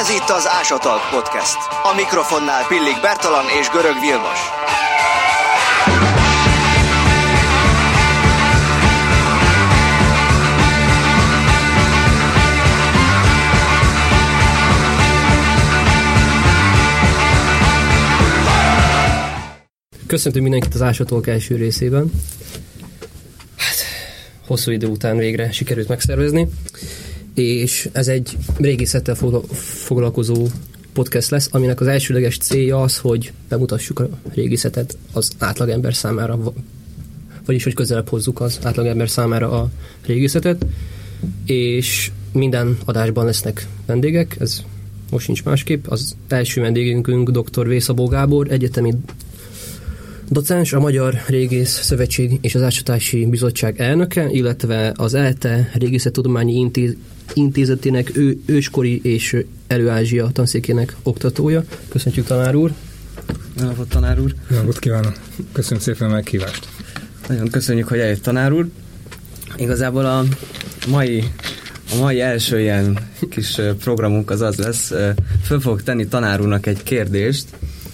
Ez itt az Ásatalk Podcast. A mikrofonnál Pillik Bertalan és Görög Vilmos. Köszöntünk mindenkit az Ásatalk első részében. Hát, hosszú idő után végre sikerült megszervezni, és ez egy régészettel foglalkozó podcast lesz, aminek az elsőleges célja az, hogy bemutassuk a régészetet az átlagember számára, vagyis hogy közelebb hozzuk az átlagember számára a régészetet, és minden adásban lesznek vendégek, ez most nincs másképp. Az első vendégünk dr. V. Szabó Gábor, egyetemi docens, a Magyar Régész Szövetség és az Ásatási Bizottság elnöke, illetve az ELTE Régészettudományi Intézetének őskori és Elő-Ázsia tanszékének oktatója. Köszönjük, tanár úr! Jó napot, tanár úr! Jó napot kívánok! Köszönöm szépen a meghívást! Nagyon köszönjük, hogy eljött, tanár úr! Igazából a mai első ilyen kis programunk az lesz, föl fogok tenni tanár úrnak egy kérdést,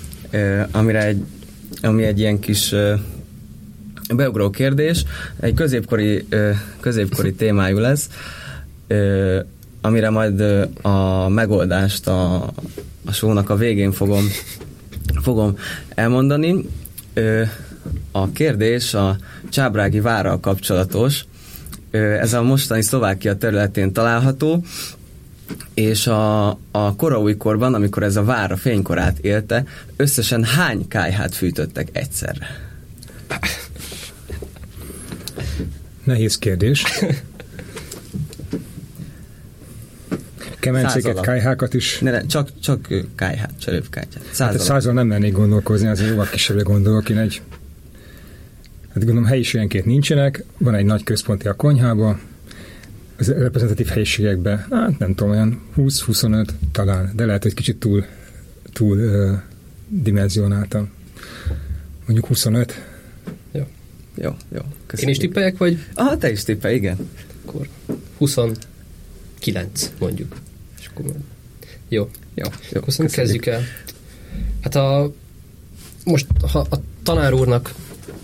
ami egy ilyen kis beugró kérdés, egy középkori témájú lesz, amire majd a megoldást a show-nak a végén fogom elmondani. A kérdés a Csábrági várral kapcsolatos. Ez a mostani Szlovákia területén található, és a koraújkorban, amikor ez a vár a fénykorát élte, összesen hány kályhát fűtöttek egyszerre? Nehéz kérdés. Kemencéket, kályhákat is. Ne, csak kályhát, cserépkályhát. Hát százal nem mennék gondolkozni, azért jóval kisebbre gondolok. Hát gondolom helyiségenként nincsenek, van egy nagy központi a konyhába, az reprezentatív helyiségekben, hát nem tudom, olyan 20-25 talán, de lehet, hogy kicsit túl dimenzionáltam. Mondjuk 25. Jó. Én is tippeljek, vagy? Aha, te is tippelj, igen. Akkor 29 mondjuk. És akkor jó. Köszönjük, kezdjük el. Hát most a tanár úrnak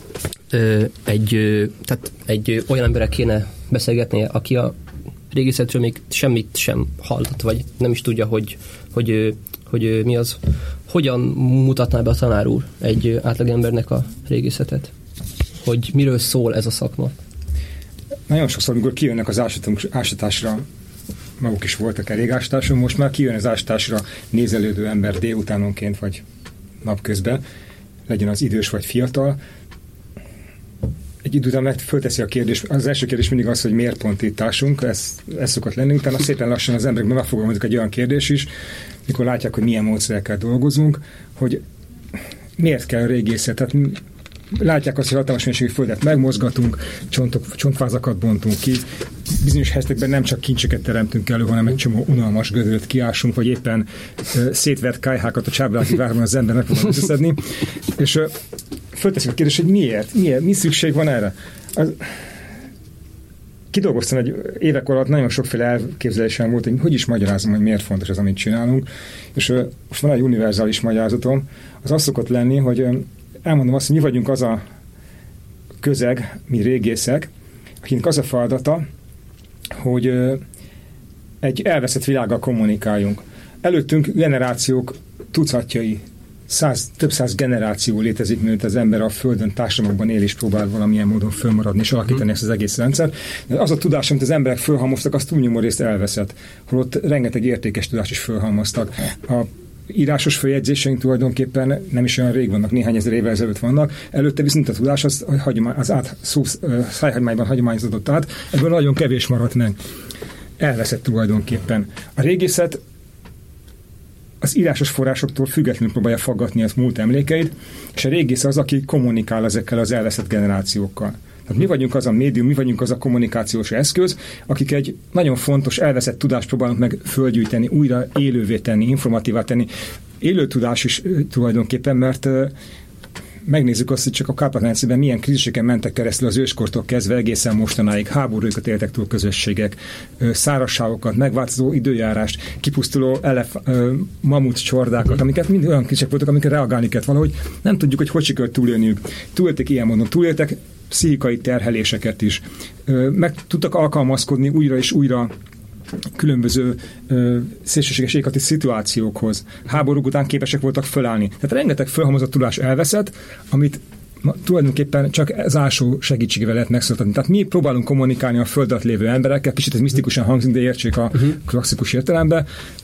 egy olyan emberre kéne beszélgetnie, aki a régészetről még semmit sem hallott, vagy nem is tudja, hogy mi az. Hogyan mutatná be a tanár úr egy átlagembernek a régészetet? Hogy miről szól ez a szakma? Nagyon sokszor, amikor kijönnek az ásatásra, maguk is voltak elég ásatáson, most már kijön az ásatásra nézelődő ember délutánonként, vagy napközben, legyen az idős vagy fiatal. Egy idő után fölteszi a kérdés, az első kérdés mindig az, hogy miért pont itt társunk, ez szokott lenni, utána szépen lassan az emberekben megfogalmazik egy olyan kérdés is, mikor látják, hogy milyen módszerekkel dolgozunk, hogy miért kell a régészet. Tehát látják azt, hogy hatalmas mennyiségű földet megmozgatunk, csontvázakat bontunk ki, bizonyos helyzetekben nem csak kincseket teremtünk elő, hanem egy csomó unalmas gödröt kiásunk, vagy éppen szétvert kályhákat a Csábrági várban az ember megpróbál összeszedni. És fölteszik a kérdés, hogy miért? Mi szükség van erre? Kidolgoztam évek alatt nagyon sokféle elképzelésem volt, hogy is magyarázom, hogy miért fontos az, amit csinálunk. És most van egy univerzális magyarázatom. Az az szokott lenni, hogy elmondom azt, hogy mi vagyunk az a közeg, mi régészek, akinek az a feladata, hogy egy elveszett világgal kommunikáljunk. Előttünk generációk tucatjai, több száz generáció létezik, mielőtt az ember a Földön, társadalmakban él és próbál valamilyen módon fölmaradni és alakítani ezt az egész rendszert. De az a tudás, amit az emberek fölhalmoztak, az túlnyomó részt elveszett. Holott rengeteg értékes tudást is fölhalmoztak. A írásos följegyzéseink tulajdonképpen nem is olyan rég vannak, néhány ezer évvel ezelőtt vannak. Előtte viszont a tudás az szájhagyományban hagyományozódott át, ebből nagyon kevés maradt meg. Elveszett tulajdonképpen. A régészet az írásos forrásoktól függetlenül próbálja faggatni az múlt emlékeit, és a régész az, aki kommunikál ezekkel az elveszett generációkkal. Tehát mi vagyunk az a médium, mi vagyunk az a kommunikációs eszköz, akik egy nagyon fontos elveszett tudást próbálunk meg fölgyűjteni, újra élővé tenni, informatívá tenni. Élő tudás is tulajdonképpen, mert megnézzük azt, hogy csak a Kárpát-medencében milyen kríziseken mentek keresztül az őskortól kezdve egészen mostanáig, háborúkat éltek túl közösségek, szárazságokat, megváltozó időjárást, kipusztuló mamut csordákat, amiket mind olyan kicsit voltak, amikre reagálni kellett valahogy. Nem tudjuk, hogy sikerült túlélniük. Túléltek ilyen módon, túléltek pszichikai terheléseket is. Meg tudtak alkalmazkodni újra és újra különböző szélsőséges éghajlati szituációkhoz. Háborúk után képesek voltak fölállni. Tehát rengeteg fölhalmozott tudás elveszett, amit tulajdonképpen csak az alsó segítségével lehet megszólítani. Tehát mi próbálunk kommunikálni a föld alatt lévő emberekkel, kicsit ez misztikusan hangzik, de értsék a klasszikus értelemben.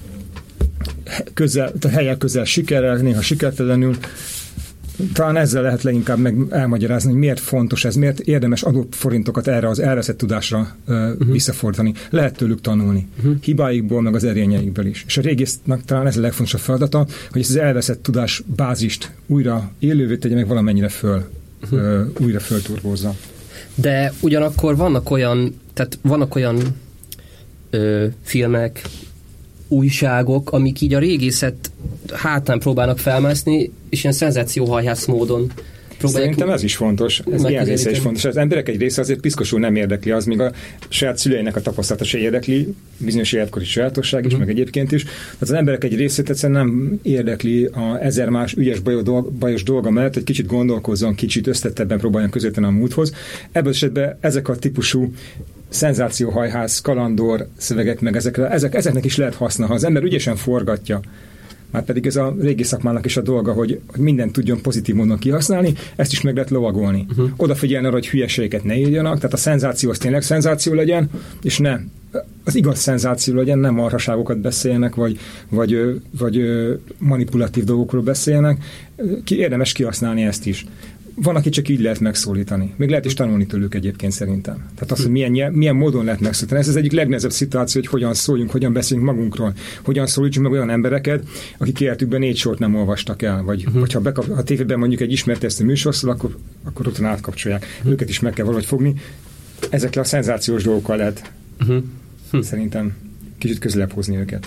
Helyek közel sikerrel, néha sikertelenül. Talán ezzel lehet leginkább meg elmagyarázni, hogy miért fontos ez, miért érdemes adóforintokat erre az elveszett tudásra visszafordítani. Lehet tőlük tanulni. Hibáikból, meg az erényeikből is. És a régésznek talán ez a legfontosabb feladata, hogy ezt az elveszett tudásbázist újra élővé tegye, meg valamennyire újra fölturbózza. De ugyanakkor vannak olyan filmek, újságok, amik így a régészet hátán próbálnak felmászni, és ilyen szenzációhajhász módon próbálják. Szerintem ez is fontos, ez ilyen része is fontos. Az emberek egy része azért piszkosul nem érdekli, az még a saját szüleinek a tapasztalata se érdekli, bizonyos életkori sajátosság is, meg egyébként is. Tehát az emberek egy részét egyszerűen nem érdekli a ezer más ügyes bajos dolga mellett, hogy kicsit gondolkozzon, kicsit összetettebben próbáljon közelíteni a múlthoz. Ebből esetben ezek a típusú szenzációhajhász, kalandor szövegek, meg ezeknek is lehet használni, ha az ember ügyesen forgatja. Már pedig ez a régi szakmának is a dolga, hogy mindent tudjon pozitív módon kihasználni, ezt is meg lehet lovagolni. Odafigyelni arra, hogy hülyeségeket ne írjanak, tehát a szenzáció az tényleg szenzáció legyen, és ne az igaz szenzáció legyen, nem marhaságokat beszéljenek, vagy manipulatív dolgokról beszéljenek. Érdemes kihasználni ezt is. Van, aki csak így lehet megszólítani. Még lehet is tanulni tőlük egyébként szerintem. Tehát az, hogy milyen módon lehet megszólítani. Ez az egyik legnehezebb szituáció, hogy hogyan szóljunk, hogyan beszéljünk magunkról. Hogyan szólítsunk meg olyan embereket, akik életükben 4 sort nem olvastak el. Vagy ha a tévében mondjuk egy ismertesztő műsor szól, akkor utána átkapcsolják. Őket is meg kell valahogy fogni. Ezekre a szenzációs dolgokkal lehet szerintem kicsit közelebb hozni őket.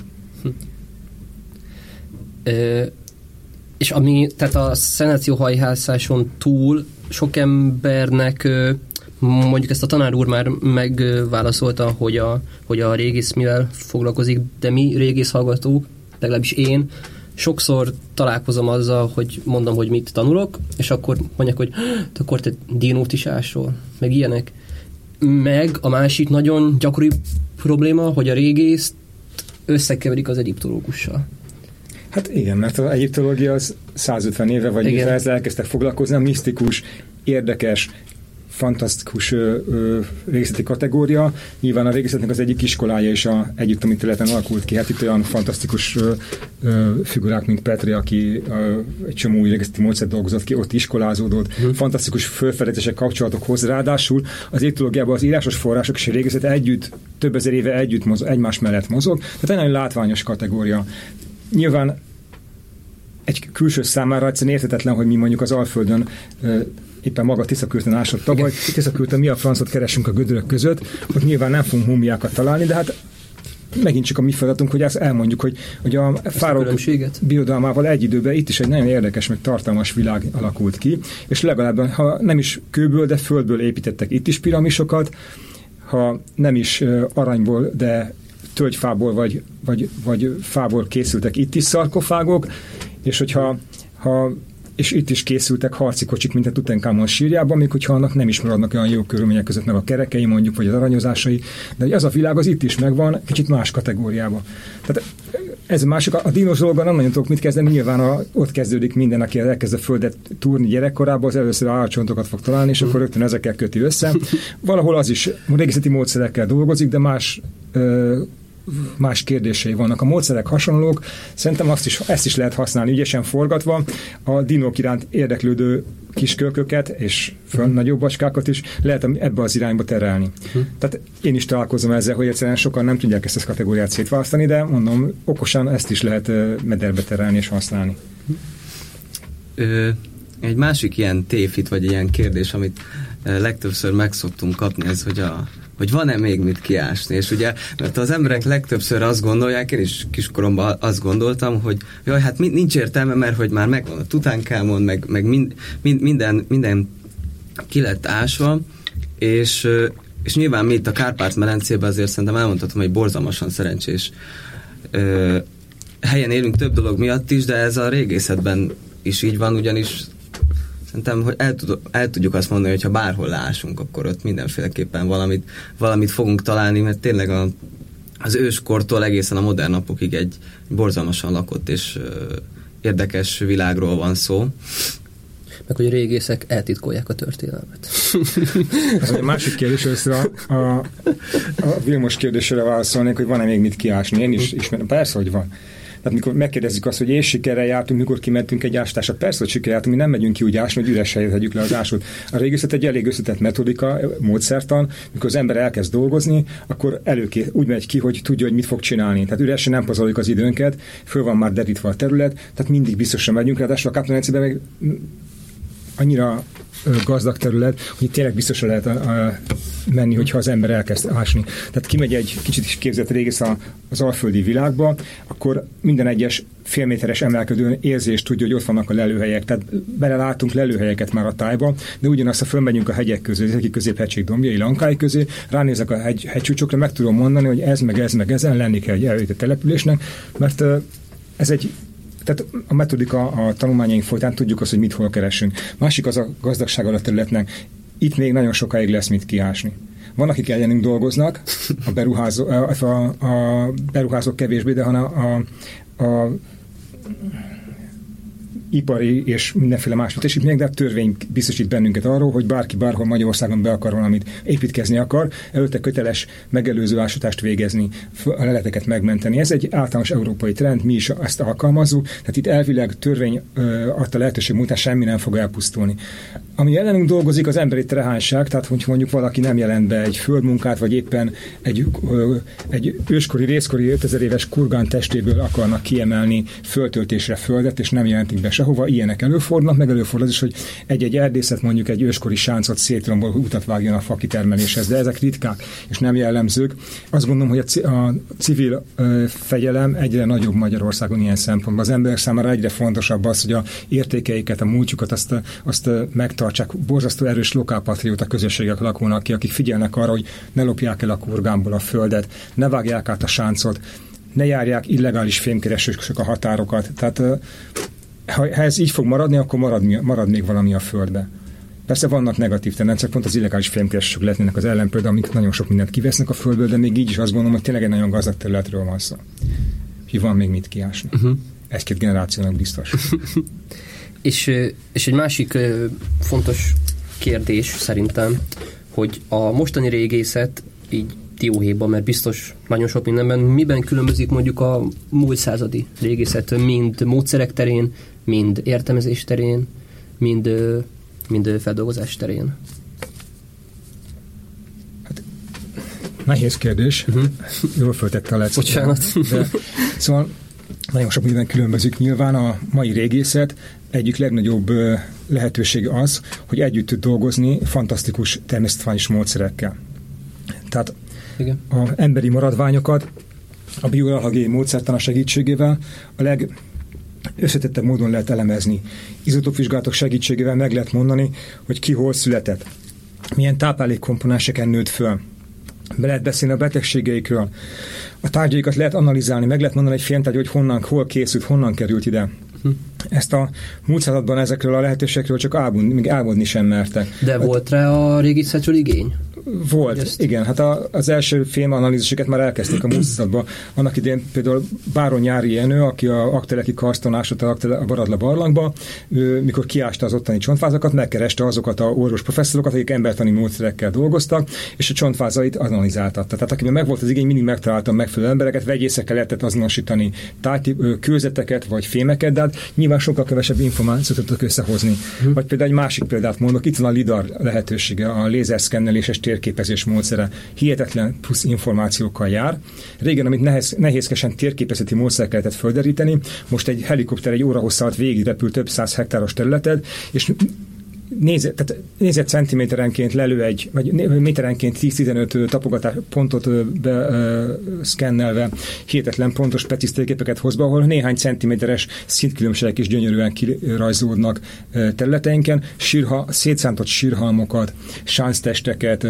És tehát a szenzációhajhászáson túl sok embernek, mondjuk ezt a tanár úr már megválaszolta, hogy a régész mivel foglalkozik, de mi régész hallgatók, legalábbis én, sokszor találkozom azzal, hogy mondom, hogy mit tanulok, és akkor mondják, hogy akkor te dinót is ásol, meg ilyenek. Meg a másik nagyon gyakori probléma, hogy a régészt összekeverik az egyiptológussal. Hát igen, mert az egyiptológia az 150 éve vagy évvel ezzel elkezdtek foglalkozni, a misztikus, érdekes, fantasztikus régészeti kategória. Nyilván a régészetnek az egyik iskolája is a egyiptomi területen alakult ki. Hát itt olyan fantasztikus figurák, mint Petri, aki egy csomó új régészeti módszert dolgozott ki, ott iskolázódott. Fantasztikus felfedezések, kapcsolatokhoz. Ráadásul az egyiptológiában az írásos források és a régészet együtt, több ezer éve együtt egymás mellett mozog. Tehát egy nagyon látványos kategória. Nyilván egy külső számára egyszerűen érthetetlen, hogy mi mondjuk az Alföldön éppen maga Tiszakürtön ásott tavaly. Tiszakürtön mi a francot keresünk a gödrök között, ott nyilván nem fogunk múmiákat találni, de hát megint csak a mi feladatunk, hogy azt elmondjuk, hogy a fáraók birodalmával egy időben itt is egy nagyon érdekes, meg tartalmas világ alakult ki, és legalább, ha nem is kőből, de földből építettek itt is piramisokat, ha nem is aranyból, de tölgyfából vagy fából készültek itt is szarkofágok, és és itt is készültek harci kocsik, mint a Tutankamon sírjában, még hogyha annak nem is maradnak olyan jó körülmények között, meg a kerekei mondjuk, vagy az aranyozásai, de hogy az a világ az itt is megvan, kicsit más kategóriában. Tehát ez a másik, a dínos dolga nem nagyon tudok mit kezdeni, nyilván ott kezdődik minden, aki elkezd a földet túrni gyerekkorában, az először állatcsontokat fog találni, és akkor rögtön ezekkel köti össze. Valahol az is régészeti módszerekkel dolgozik, de más kérdései vannak. A módszerek hasonlók, szerintem ezt is lehet használni ügyesen forgatva, a dinók iránt érdeklődő kiskölköket és nagyobb bacskákat is lehet ebbe az irányba terelni. Tehát én is találkozom ezzel, hogy egyszerűen sokan nem tudják ezt a kategóriát szétválasztani, de mondom, okosan ezt is lehet mederbe terelni és használni. Egy másik ilyen tévhit, vagy ilyen kérdés, amit legtöbbször meg szoktunk kapni, ez, hogy hogy van-e még mit kiásni, és ugye, mert az emberek legtöbbször azt gondolják, én is kiskoromban azt gondoltam, hogy jaj, hát nincs értelme, mert hogy már megvan a Tutankamon, meg minden ki lett ásva, és nyilván mi itt a Kárpát-medencében azért szerintem elmondhatom, hogy borzalmasan szerencsés helyen élünk több dolog miatt is, de ez a régészetben is így van, ugyanis szerintem, hogy el tudjuk azt mondani, hogy ha bárhol leásunk, akkor ott mindenféleképpen valamit fogunk találni, mert tényleg az őskortól egészen a modern napokig egy borzalmasan lakott és érdekes világról van szó. Meg hogy a régészek eltitkolják a történelmet. Ez egy másik kérdés, össze a Vilmos kérdésére válaszolnék, hogy van-e még mit kiásni. Én is ismerem. Persze, hogy van. Tehát mikor megkérdezzük azt, hogy és sikerrel jártunk, mikor kimentünk egy ásításra, persze, hogy sikerrel jártunk, mi nem megyünk ki úgy ásni, hogy üres helyet tegyük le az ásót. A régészet egy elég összetett metodika, módszertan, mikor az ember elkezd dolgozni, akkor úgy megy ki, hogy tudja, hogy mit fog csinálni. Tehát üresen nem pazaroljuk az időnket, föl van már derítve a terület, tehát mindig biztosan megyünk, ráadásul a Kárpát-medencében meg annyira gazdag terület, hogy tényleg biztosan lehet menni, hogyha az ember elkezd ásni. Tehát kimegy egy kicsit is képzett régész az alföldi világba, akkor minden egyes félméteres emelkedőn érzést tudja, hogy ott vannak a lelőhelyek. Tehát belelátunk lelőhelyeket már a tájba, de ugyanazt, ha fölmegyünk a hegyek közé, az egyik középhegység dombjai, Lankái közé, ránézek a hegycsúcsokra, meg tudom mondani, hogy ez meg ezen lenni kell egy előtt településnek, mert ez egy tehát a metodika, a tanulmányaink folytán tudjuk azt, hogy mit hol keresünk. Másik az a gazdagsága a területnek. Itt még nagyon sokáig lesz mit kiásni. Van, akik ellenünk dolgoznak, a beruházók kevésbé, de hanem a ipari és mindenféle más létesítmények, de a törvény biztosít bennünket arról, hogy bárki bárhol Magyarországon be akar valamit építkezni akar, előtte köteles megelőző ásatást végezni, a leleteket megmenteni. Ez egy általános európai trend, mi is ezt alkalmazzuk, tehát itt elvileg törvény adta lehetőség múltán semmi nem fog elpusztulni. Ami ellenünk dolgozik, az emberi trehányság, tehát hogy mondjuk valaki nem jelent be egy földmunkát, vagy éppen egy őskori, részkori 5000 éves kurgán testéből akarnak kiemelni földtöltésre földet, és nem jelentik be sehova, ilyenek előfordulnak, meg előfordul az is, hogy egy erdészet mondjuk egy őskori sáncot szétrombol, utat vágjon a fakitermeléshez, de ezek ritkák és nem jellemzők. Azt gondolom, hogy a civil fegyelem egyre nagyobb Magyarországon ilyen szempontból. Az emberek számára egyre fontosabb az, hogy a értékeiket, a múltjukat azt megtartsák. Borzasztó erős lokálpatrióta közösségek lakulnak ki, akik figyelnek arra, hogy ne lopják el a kurgánból a földet, ne vágják át a sáncot, ne járják illegális fémkeresők a határokat. Tehát ha ez így fog maradni, akkor marad még valami a földbe. Persze vannak negatív tendenciák, pont az illegális fémkeresők lehetnének az ellenpélda, amik nagyon sok mindent kivesznek a földből, de még így is azt gondolom, hogy tényleg egy nagyon gazdag területről van szó. Úgyhogy van még mit kiásni. Egy-két generációnak biztos. És egy másik fontos kérdés szerintem, hogy a mostani régészet így dióhéjban, mert biztos nagyon sok mindenben, miben különbözik mondjuk a múlt századi régészettől, mind módszerek terén, mind értelmezés terén, mind feldolgozás terén? Hát, nehéz kérdés. Jól föltette a lecet. Bocsánat. De, szóval nagyon sok minden különbözik. Nyilván a mai régészet egyik legnagyobb lehetőség az, hogy együtt tud dolgozni fantasztikus természettudományos módszerekkel. Tehát igen. Az emberi maradványokat a biogeológiai módszertana segítségével a legösszetettebb módon lehet elemezni. Izotópvizsgálatok segítségével meg lehet mondani, hogy ki hol született, milyen táplálékkomponenseken nőtt föl. Be lehet beszélni a betegségeikről, a tárgyaikat lehet analizálni, meg lehet mondani egy fémtárgy, hogy honnan, hol készült, honnan került ide. Ezt a múlt században ezekről a lehetőségekről csak álmodni sem mertek. De volt rá a régészetről igény? Volt, igen. Hát az első fémanalíziseket már elkezdték a múlt században. Annak idén például Báron Nyári Jenő, aki a Akteleki karston ásott a Baradla barlangba, mikor kiásta az ottani csontvázakat, megkereste azokat a orvos professzorokat, akik embertani módszerekkel dolgoztak, és a csontvázait analizáltatta. Tehát akiben megvolt az igény, mindig megtaláltam megfelelő embereket, vegyészekkel lehetett azonosítani kőzeteket vagy fémeket, de hát nyilván sokkal kevesebb információt tudtak összehozni. Vagy például egy másik példát mondok, itt van a LIDAR lehetősége, a lézerszkenneléses térképezés módszere. Hihetetlen plusz információkkal jár. Régen, amit nehézkesen térképezeti módszer kellett földeríteni, most egy helikopter egy óra hosszat végig repül több száz hektáros területet, és négyzetcentiméterenként lelő vagy méterenként 10-15 tapogatás pontot szkennelve hihetetlen pontos precíz térképeket hoz be, ahol néhány centiméteres szintkülönbségek is gyönyörűen kirajzódnak területeinken, szétszántott sírhalmokat, sánztesteket,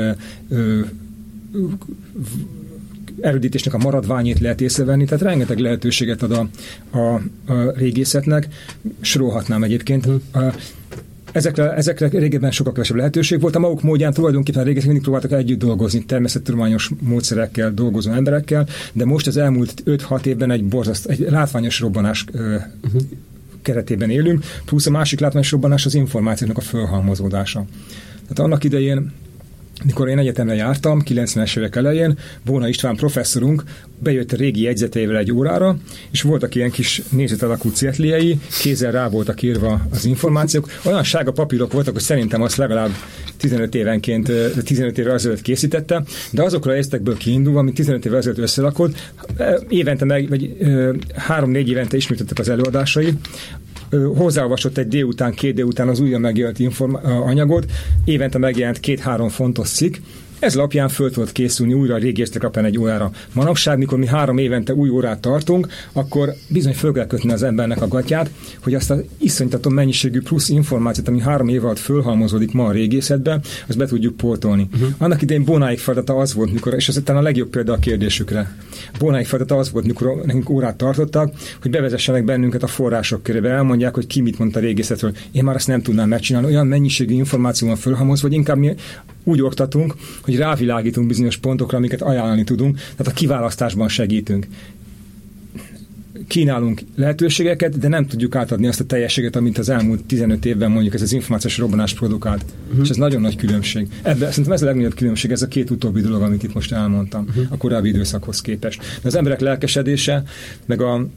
erődítésnek a maradványét lehet észrevenni, tehát rengeteg lehetőséget ad a régészetnek. Sorolhatnám egyébként. Ezekre régebben sokkal kevesebb lehetőség volt. A maguk módján tulajdonképpen a régészek mindig próbáltak együtt dolgozni, természettudományos módszerekkel dolgozó emberekkel, de most az elmúlt 5-6 évben egy látványos robbanás keretében élünk, plusz a másik látványos robbanás az információknak a fölhalmozódása. Tehát annak idején, mikor én egyetemre jártam, 90-es évek elején, Bóna István professzorunk bejött a régi jegyzeteivel egy órára, és voltak ilyen kis nézet alakú cetliei, kézzel rá voltak írva az információk. Olyan sárga papírok voltak, hogy szerintem azt legalább 15 évvel ezelőtt készítette, de azokra észtekből kiindulva, amit 15 évvel ezelőtt összerakott, évente vagy 3-4 évente ismételtek az előadásai, hozzáolvasott egy délután, 2 délután az újra megjelent anyagot, évente megjelent 2-3 fontos cikk, ez alapján föl tudott készülni újra a régészek alapján egy órára. Manapság, mikor mi 3 évente új órát tartunk, akkor bizony föl kell kötni az embernek a gatyát, hogy azt az iszonytató mennyiségű plusz információt, ami 3 év alatt fölhalmozódik ma a régészetben, azt be tudjuk pótolni. Annak idején Bonáig feladata az volt, mikor, és ez talán a legjobb példa a kérdésükre. Bonáig feladata az volt, mikor nekünk órát tartottak, hogy bevezessenek bennünket a források körébe, elmondják, hogy ki mit mondta a régészetről. Én már azt nem tudnám megcsinálni, olyan mennyiségű információ van fölhalmozva, vagy inkább mi úgy oktatunk, hogy rávilágítunk bizonyos pontokra, amiket ajánlani tudunk, tehát a kiválasztásban segítünk. Kínálunk lehetőségeket, de nem tudjuk átadni azt a teljességet, amit az elmúlt 15 évben mondjuk ez az információs robbanás produkált. És ez nagyon nagy különbség. Szerintem ez a legnagyobb különbség, ez a 2 utóbbi dolog, amit itt most elmondtam, a korábbi időszakhoz képest. De az emberek lelkesedése, meg a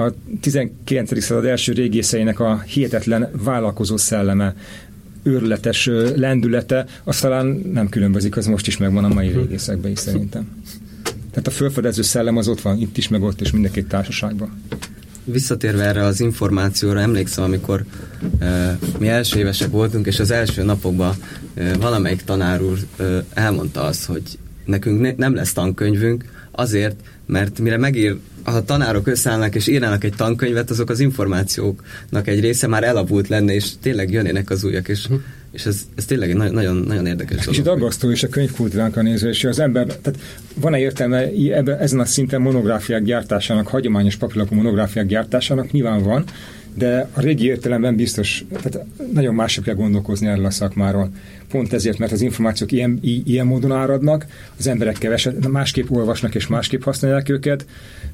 19. század első régészeinek a hihetetlen vállalkozó szelleme, őrületes lendülete, az talán nem különbözik, az most is megvan a mai régészekben is szerintem. Tehát a felfedező szellem az ott van, itt is, meg ott is, mind a két társaságban. Visszatérve erre az információra, emlékszem, amikor mi első évesek voltunk, és az első napokban valamelyik tanár úr elmondta azt, hogy nekünk nem lesz tankönyvünk, azért, mert mire a tanárok összeállnak és írnának egy tankönyvet, azok az információknak egy része már elavult lenne, és tényleg jönnének az újak, és ez tényleg egy nagyon, nagyon érdekes dolog. És itt aggasztó is a könyvkultúránkkal nézve, és az ember, tehát van-e értelme ezen a szinten monográfiák gyártásának, hagyományos papírlapú monográfiák gyártásának? Nyilván van, de a régi értelemben biztos, tehát nagyon mások kell gondolkozni erről a szakmáról. Pont ezért, mert az információk ilyen módon áradnak, az emberek másképp olvasnak és másképp használják őket,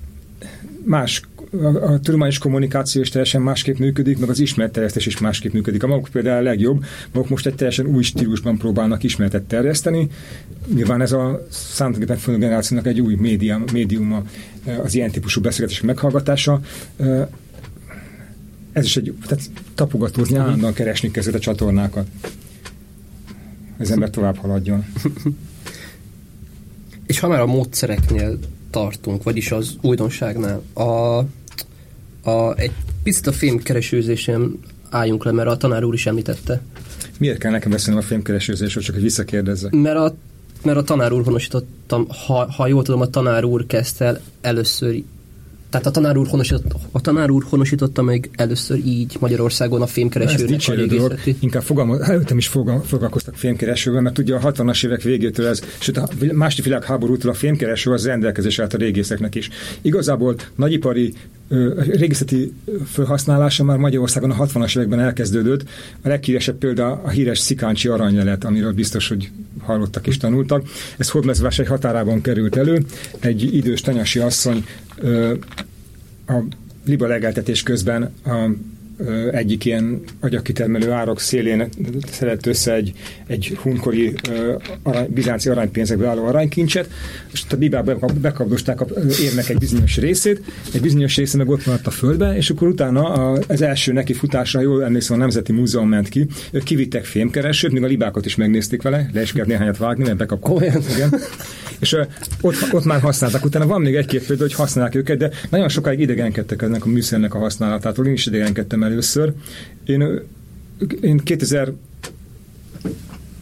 a tudományos kommunikáció is teljesen másképp működik, meg az ismeretterjesztés is másképp működik. A maguk például a legjobb, maguk most egy teljesen új stílusban próbálnak ismeretet terjeszteni. Nyilván ez a számítógépes generációnak egy új médiuma az ilyen típusú beszélgetések meghallgatása. Ez is tehát tapogatózni, állandóan keresni kezdett a csatornákat. Az ember tovább haladjon. És ha már a módszereknél tartunk, vagyis az újdonságnál, egy picit a fémkeresőzésen álljunk le, mert a tanár úr is említette. Miért kell nekem beszélnem a fémkeresőzésről, csak hogy visszakérdezzek? Mert a tanár úr honosítottam, ha jól tudom, a tanár úr kezdte el először, tehát a tanár úr honosította meg először így Magyarországon a fémkeresőnek a régészeti. Inkább előttem is foglalkoztak fémkeresővel, mert ugye a 60-as évek végétől sőt a második világháborútól a fémkereső az rendelkezés állt a régészeknek is. Igazából nagyipari régészeti felhasználása már Magyarországon a 60-as években elkezdődött. A leghíresebb példa a híres szikáncsi aranylelet, amiről biztos, hogy hallottak és tanultak. Ez Hódmezővásárhely határában került elő. Egy idős tanyasi asszony a liba legeltetés közben egyik ilyen agyagkitermelő árok szélén szedett össze egy hunkori bizánci aranypénzekbe álló aranykincset, és a bibába bekapdosták érnek egy bizonyos részét, egy bizonyos része meg ott maradt a földbe, és akkor utána az első nekifutásra, jól emlékszem, a Nemzeti Múzeum ment ki, ők kivittek fémkeresőt, még a libákat is megnézték vele, le is kellett néhányat vágni, mert bekapkodták. És ott már használták. Utána van még egy-két példa, hogy használják őket, de nagyon sokáig idegenkedtek ennek a műszernek a használatától. Én is idegenkedtem először. Én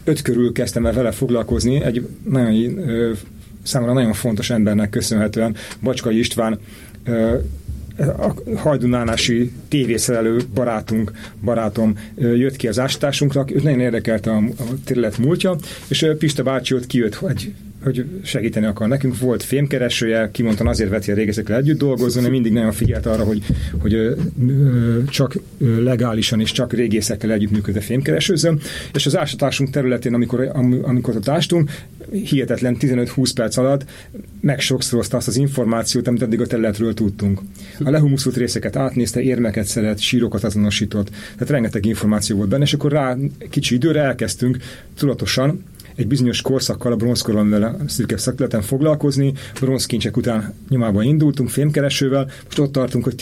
5 körül kezdtem el vele foglalkozni, egy nagyon, számomra nagyon fontos embernek köszönhetően, Bacskai István, a hajdunánási tévészerelő barátom jött ki az ásatásunkra, őt nagyon érdekelte a terület múltja, és Pista bácsi ott kijött, hogy segíteni akar nekünk. Volt fémkeresője, kimondtan azért vett, hogy a régészekkel együtt dolgozzon, de mindig nagyon figyelt arra, hogy csak legálisan és csak régészekkel együttműködve fémkeresőzön. És az ásatásunk területén, amikor ott ástunk, hihetetlen 15-20 perc alatt megsokszorozta azt az információt, amit eddig a területről tudtunk. A lehumuszult részeket átnézte, érmeket szeret, sírokat azonosított, tehát rengeteg információ volt benne, és akkor rá kicsi időre elkezdtünk tudatosan egy bizonyos korszakkal, a bronzkorban vele a szürke szakterületen foglalkozni, bronzkincsek után nyomában indultunk fémkeresővel, most ott tartunk, hogy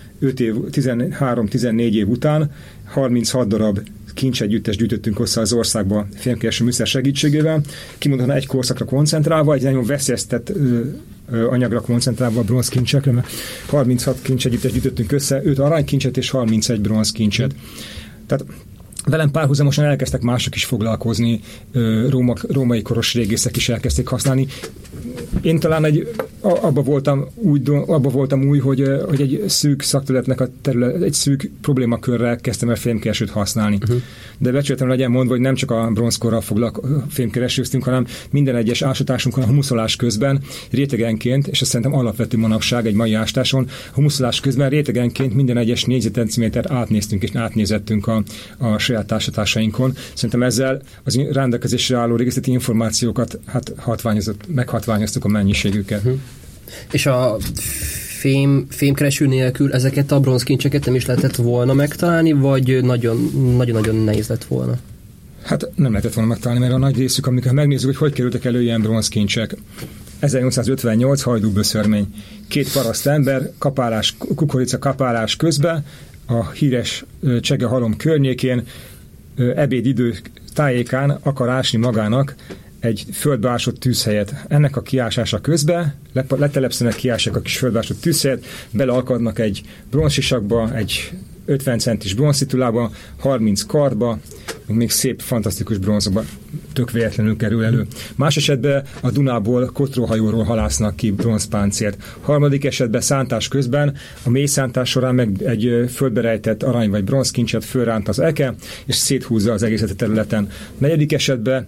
13-14 év után 36 darab kincsegyüttes gyűjtöttünk össze az országba fémkereső műszer segítségével, kimondhatna egy korszakra koncentrálva, egy nagyon veszélyeztetett anyagra koncentrálva a bronzkincsekre, mert 36 kincsegyüttes gyűjtöttünk össze, 5 aranykincset és 31 bronzkincset. Tehát velem párhuzamosan elkezdtek mások is foglalkozni, római koros régészek is elkezdték használni. Én talán abba voltam új, hogy egy szűk szakterületnek a terület, egy szűk problémakörrel kezdtem el fémkeresőt használni. De becsületlenül legyen mondva, hogy nem csak a bronzkorral fémkeresőztünk, hanem minden egyes ásatásunkon a humuszolás közben rétegenként, és ezt szerintem alapvető manapság egy mai ásatáson, a humuszolás közben rétegenként minden egyes négyzetcentimétert átnéztünk és átnézettünk a saját ásatásainkon. Szerintem ezzel az rendelkezésre álló régészeti információkat meghatványoztuk a mennyiségüket. És a fémkereső nélkül ezeket a bronzkincseket nem is lehetett volna megtalálni, vagy nagyon-nagyon nehéz lett volna? Hát nem lehetett volna megtalálni, mert a nagy részük, amikor megnézzük, hogy kerültek elő ilyen bronzkincsek. 1858 hajdúböszörmény. 2 paraszt ember kukorica kapálás közben a híres Csegehalom környékén ebédidő tájékán akar ásni magának egy földbeásott tűzhelyet. Ennek a kiásása közben letelepszenek, kiássák a kis földbeásott tűzhelyet, beleakadnak egy bronzsisakba, egy 50 centis bronzszitulába, 30 kardba, még szép, fantasztikus bronzokba, tök véletlenül kerül elő. Más esetben a Dunából, Kotróhajóról halásznak ki bronzpáncélt. Harmadik esetben szántás közben, a mély szántás során meg egy földbe rejtett arany vagy bronzkincset fölránt az eke, és széthúzza az egészet a területen. Negyedik esetben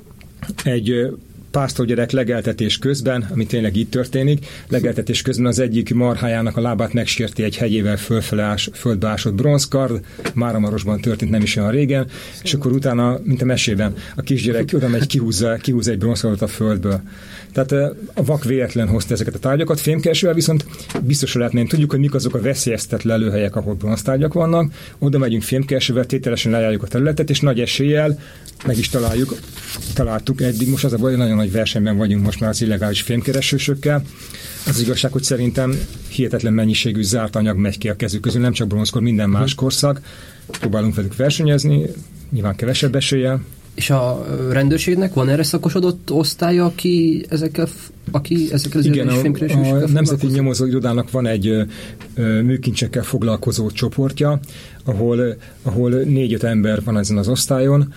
egy pásztorgyerek legeltetés közben, ami tényleg így történik, legeltetés közben az egyik marhájának a lábát megsérti egy hegyével földbe ásott bronzkard, Máramarosban történt nem is olyan régen, és akkor utána, mint a mesében, a kisgyerek oda megy, kihúzza egy bronzkardot a földből. Tehát a vak véletlen hozta ezeket a tárgyakat, fémkeresővel viszont biztosan lehetném, tudjuk, hogy mik azok a veszélyeztetett lelőhelyek, ahol bronztárgyak vannak, oda megyünk fémkeresővel, tételesen lejárjuk a területet, és nagy eséllyel meg is találtuk eddig. Most az a baj, nagyon nagy versenyben vagyunk most már az illegális fémkeresősökkel. Az igazság, hogy szerintem hihetetlen mennyiségű zárt anyag megy ki a kezük közül, nem csak bronzkor, minden más korszak. Próbálunk velük versenyezni, nyilván kevesebb eséllyel. És a rendőrségnek van erre szakosodott osztálya, aki ezekkel az igen, a Nemzeti Nyomozó Irodának van egy műkincsekkel foglalkozó csoportja, ahol 4-5 ember van ezen az osztályon.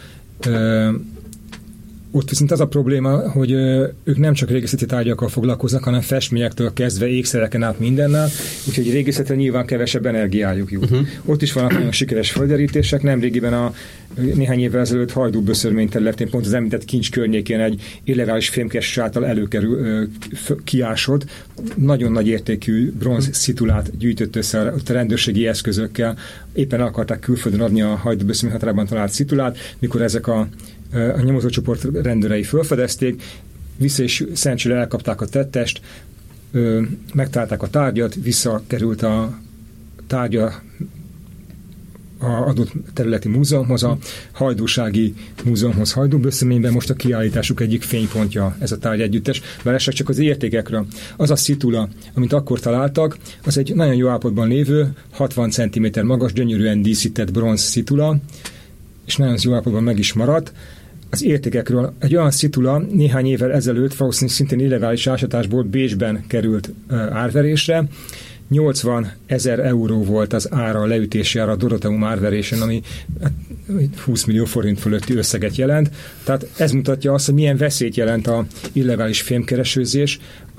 Ott viszont az a probléma, hogy ők nem csak régészeti tárgyakkal foglalkoznak, hanem festményektől kezdve ékszereken át mindennel, úgyhogy régészetre nyilván kevesebb energiájuk jut. Ott is vannak nagyon sikeres földderítések, nemrégiben néhány évvel ezelőtt Hajdúböszörmény területén, pont az említett kincs környékén egy illegális fémkeresés által kiásott, nagyon nagy értékű bronz szitulát gyűjtött össze a rendőrségi eszközökkel. Éppen akarták külföldön adni a Hajdúböszörmény határában talált szitulát, mikor ezek a nyomozócsoport rendőrei felfedezték, vissza is szerencsére elkapták a tettest, megtalálták a tárgyat, visszakerült a tárgya a adott területi múzeumhoz, a Hajdúsági Múzeumhoz Hajdúböszörményben. Most a kiállításuk egyik fénypontja ez a tárgyegyüttes, mert csak az értékekről. Az a szitula, amit akkor találtak, az egy nagyon jó állapotban lévő, 60 cm magas, gyönyörűen díszített bronz szitula, és nagyon jó állapotban meg is maradt. Az értékekről egy olyan szitula néhány évvel ezelőtt valószínűleg szintén illegális ásatásból Bécsben került árverésre. 80 000 euró volt az ára, a leütési ára a Dorotheum árverésen, ami 20 millió forint fölötti összeget jelent. Tehát ez mutatja azt, hogy milyen veszélyt jelent a illegális fémkeresőzés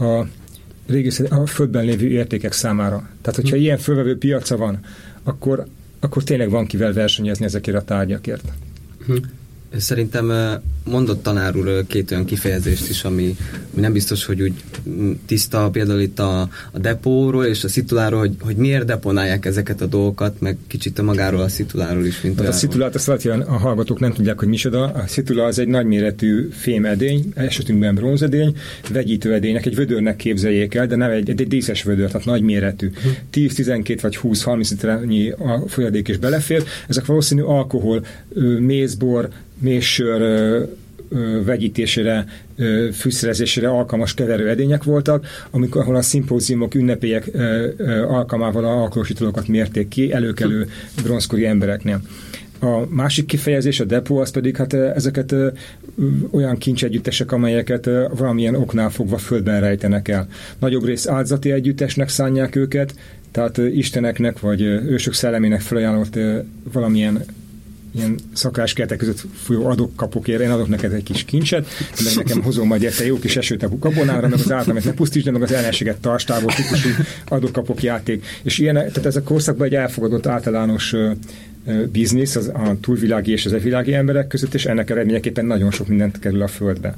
a földben lévő értékek számára. Tehát, hogyha ilyen fölvevő piaca van, akkor tényleg van kivel versenyezni ezekért a tárgyakért. Szerintem mondott tanár úr két olyan kifejezést is, ami nem biztos, hogy úgy tiszta, például itt a depóról és a szituláról, hogy miért deponálják ezeket a dolgokat, meg kicsit magáról a szituláról is, mint a szitulát, azt lehet, hogy a hallgatók nem tudják, hogy micsoda. A szitula az egy nagyméretű fémedény, esetünkben bronzedény, vegyítőedénynek, egy vödörnek képzeljék el, de nem egy díszes vödör, tehát nagyméretű. 10-12 vagy 20-30 literennyi a folyadék is belefér. Ezek valószínű alkohol, mézbor, mézsör vegyítésére, fűszerezésére alkalmas keverőedények voltak, ahol a szimpóziumok, ünnepélyek alkalmával a alkoholos italokat mérték ki előkelő bronzkori embereknél. A másik kifejezés, a depó, az pedig hát ezeket olyan kincsegyüttesek, amelyeket valamilyen oknál fogva földben rejtenek el. Nagyobb rész áldozati együttesnek szánják őket, tehát isteneknek vagy ősök szellemének felajánlott valamilyen ilyen szakáskertek között folyó adok-kapokért, én adok neked egy kis kincset, meg nekem hozom majd érte jó kis esőt a gabonára, meg az általámet ne pusztítsd, meg az ellenséget tartsd távol, típusú adok-kapok játék. És ilyen, tehát ez a korszakban egy elfogadott általános biznisz a túlvilági és az evilági emberek között, és ennek eredményeképpen nagyon sok mindent kerül a földbe.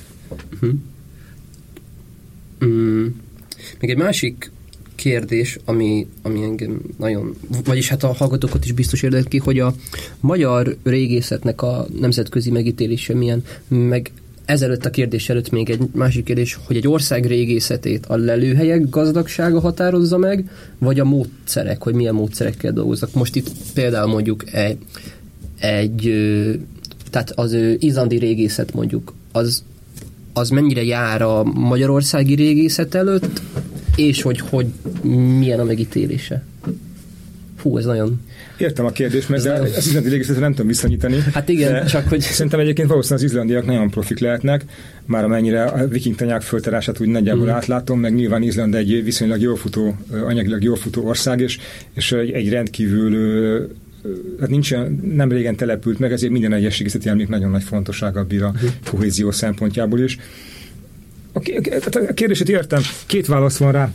Még egy másik kérdés, ami engem nagyon, vagyis hát a hallgatókat is biztos érdekli ki, hogy a magyar régészetnek a nemzetközi megítélése milyen, meg ezelőtt a kérdés előtt még egy másik kérdés, hogy egy ország régészetét a lelőhelyek gazdagsága határozza meg, vagy a módszerek, hogy milyen módszerekkel dolgoznak. Most itt például mondjuk tehát az izlandi régészet mondjuk, az mennyire jár a magyarországi régészet előtt, és hogy milyen a megítélése. Hú, ez nagyon... Értem a kérdést, mert az izlandi régészetre nem tudom viszonyítani. Hát igen, csak hogy... Szerintem egyébként valószínűleg az izlandiak nagyon profik lehetnek, már amennyire a viking tanyák földtárását úgy nagyjából átlátom, meg nyilván Izland egy viszonylag jól anyagilag jól futó ország, és egy rendkívül hát nem régen települt meg, ezért minden egyes régészeti emlék nagyon nagy fontossággal bír a kohézió szempontjából is. A kérdését értem, két válasz van rá.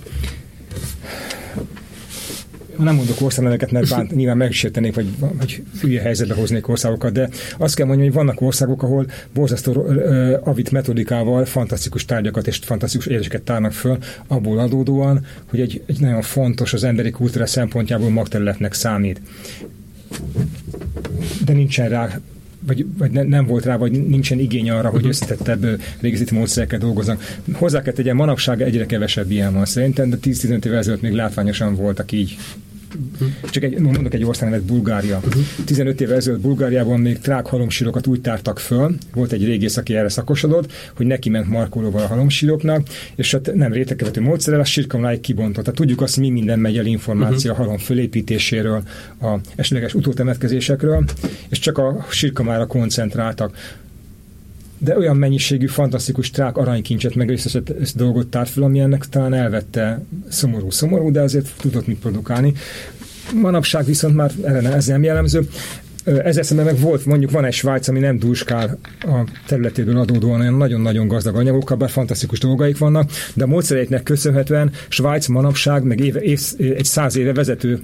Nem mondok országneveket, mert nyilván megsértenék, vagy hülye helyzetbe hoznék országokat, de azt kell mondani, hogy vannak országok, ahol borzasztó avit metodikával fantasztikus tárgyakat és fantasztikus érzéseket tárnak föl, abból adódóan, hogy egy nagyon fontos az emberi kultúra szempontjából magterületnek számít. De nincsen rá vagy nem volt rá, vagy nincsen igény arra, hogy összetettebb régészeti módszerekkel dolgoznak. Hozzá kell tegyen, manapság egyre kevesebb ilyen van szerintem, de 10-15 évvel ezelőtt még látványosan voltak így. Csak mondok egy országnevet, Bulgária. 15 évvel ezelőtt Bulgáriában még trák halomsírokat úgy tártak föl, volt egy régész, aki erre szakosodott, hogy neki ment markolóval a halomsíroknak, és hát nem rétegkövető módszerrel, a sírkamráig kibontott. Tehát tudjuk azt, hogy mi minden megy el információ a halom fölépítéséről, a esetleges utótemetkezésekről, és csak a sírkamrára koncentráltak. De olyan mennyiségű, fantasztikus trák aranykincset, meg összeszett dolgot tárt fel, ami ennek talán elvette szomorú, de azért tudott mit produkálni. Manapság viszont már ez nem jellemző. Ezzel szemben meg van egy Svájc, ami nem dúskál a területéből adódóan olyan nagyon-nagyon gazdag anyagokkal, bár fantasztikus dolgaik vannak, de a módszereiknek köszönhetően Svájc manapság meg egy 100 éve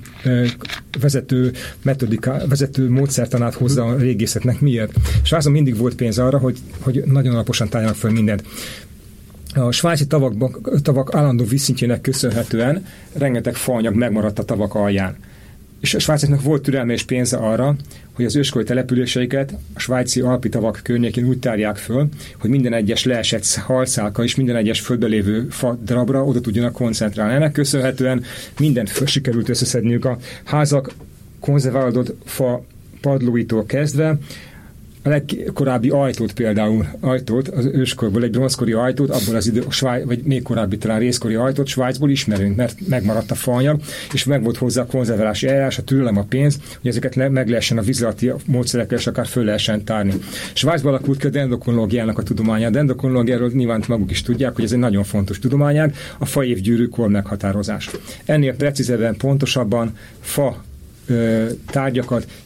vezető módszertanát hozza a régészetnek. Miért? Svájcban mindig volt pénz arra, hogy nagyon alaposan tárjanak föl mindent. A svájci tavak állandó vízszintjének köszönhetően rengeteg faanyag megmaradt a tavak alján. És a svájciaknak volt türelme és pénze arra, hogy az őskori településeiket a svájci alpi tavak környékén úgy tárják föl, hogy minden egyes leesett halszálka és minden egyes földbe lévő fa darabra oda tudjanak koncentrálni. Ennek köszönhetően mindent sikerült összeszedniük, a házak konzerválódott fa padlóitól kezdve, a legkorábbi ajtót az őskorból, egy bronzkori ajtót, abból az idő, vagy még korábbi talán részkori ajtót Svájcból ismerünk, mert megmaradt a faanyag, és meg volt hozzá a konzerválási eljárás, a türelem, a pénz, hogy ezeket meg lehessen a vízilati módszerekkel, és akár föl lehessen tárni. Svájcban alakult ki a dendrokronológiának a tudománya. A dendrokronológiáról nyilván maguk is tudják, hogy ez egy nagyon fontos tudományág, a faévgyűrű kor meghatározás. Ennél precízebben, pontosabban fa tárgyakat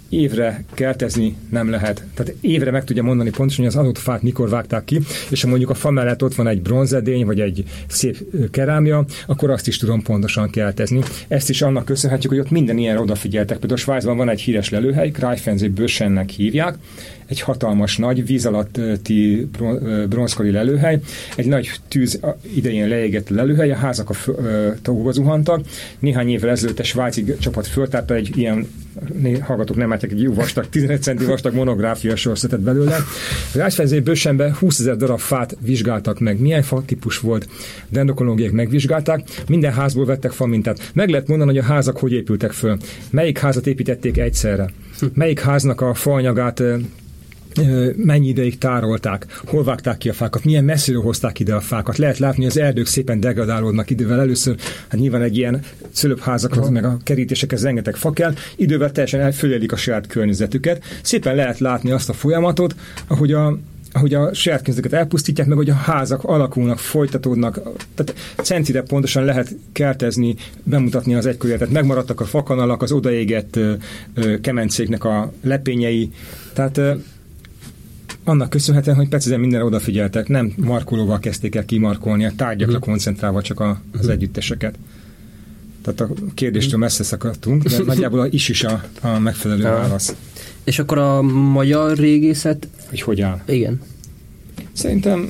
évre kertezni nem lehet. Tehát évre meg tudja mondani pontosan, hogy az adott fát mikor vágták ki, és ha mondjuk a fa mellett ott van egy bronzedény, vagy egy szép kerámia, akkor azt is tudom pontosan kertezni. Ezt is annak köszönhetjük, hogy ott minden ilyenre odafigyeltek. Például Svájcban van egy híres lelőhely, Greifensee Böschennek hívják, egy hatalmas nagy víz alatti bronzkori lelőhely, egy nagy tűz idején leégett lelőhely, a házak a tóba zuhantak. Néhány évvel ezelőtt a svájci csapat föltárta egy ilyen, hallgatók nem látják, egy jó vastag, 15 centi vastag monográfia sorszötet belőle. Greifensee Böschenben 20 000 darab fát vizsgáltak meg. Milyen fatípus volt? Dendrokológiák megvizsgálták, minden házból vettek famintát. Meg lehet mondani, hogy a házak hogy épültek föl. Melyik házat építették egyszerre? Melyik háznak a faanyagát mennyi ideig tárolták, hol vágták ki a fákat, milyen messziről hozták ide a fákat. Lehet látni, hogy az erdők szépen degradálódnak idővel. Először, hát nyilván egy ilyen szülőházakhoz, meg a kerítésekhez rengeteg fa kell, idővel teljesen fölélik a saját környezetüket. Szépen lehet látni azt a folyamatot, ahogy a saját környezetüket elpusztítják, meg hogy a házak alakulnak, folytatódnak, tehát centire pontosan lehet kertezni, bemutatni az egykori életet. Megmaradtak a fakanalak, az odaégett kemencéknek a lepényei, tehát annak köszönhetően, hogy precízen mindenre odafigyeltek, nem markolóval kezdték el kimarkolni, a tárgyakra koncentrálva csak az együtteseket. Tehát a kérdéstől messze szakadtunk, de nagyjából is a megfelelő válasz. És akkor a magyar régészet... Hogy áll? Igen. Szerintem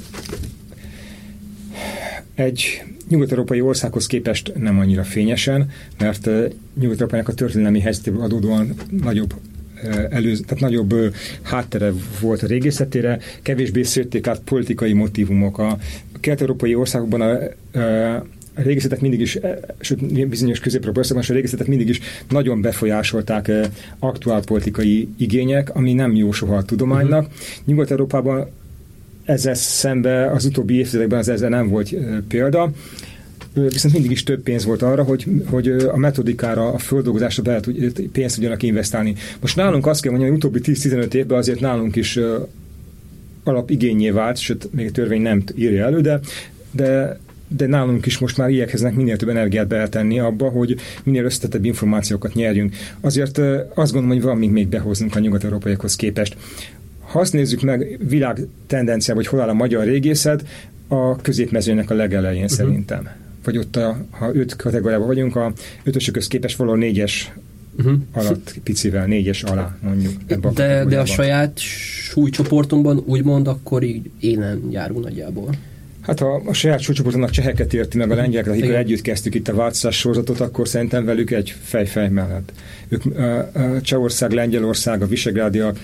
egy nyugat-európai országhoz képest nem annyira fényesen, mert Nyugat-Európának a történelmi helyzetéből adódóan nagyobb háttere volt a régészetére, kevésbé szőtték át politikai motívumok. A kelet-európai országokban a régészetet mindig is, sőt bizonyos közép-európai országban a régészetet mindig is nagyon befolyásolták aktuálpolitikai igények, ami nem jó soha a tudománynak. Nyugat-Európában ezzel szemben az utóbbi évtizedekben ezzel nem volt példa. Viszont mindig is több pénz volt arra, hogy a metodikára, a földolgozásra pénzt tudjanak investálni. Most nálunk azt kell mondani, hogy utóbbi 10-15 évben azért nálunk is alapigényé vált, sőt, még a törvény nem írja elő, de nálunk is most már igyekeznek minél több energiát beletenni abba, hogy minél összetettebb információkat nyerjünk. Azért azt gondolom, hogy van még behoznunk a nyugat-európaiakhoz képest. Ha azt nézzük meg világ tendenciában, hogy hol áll a magyar régészet, a középmezőnek a legelején szerintem. Vagy ott, ha 5 kategóriában vagyunk, a 5-ösökhöz képest valahol 4-es alatt, picivel 4-es alá mondjuk. De a saját súlycsoportunkban úgymond akkor így élen járunk nagyjából. Hát ha a saját súlycsoportunknak cseheket érti meg a lengyeleket, akikkel együtt kezdtük itt a változás sorozatot, akkor szerintem velük egy fej mellett. Ők Csehország, Lengyelország, a visegrádiak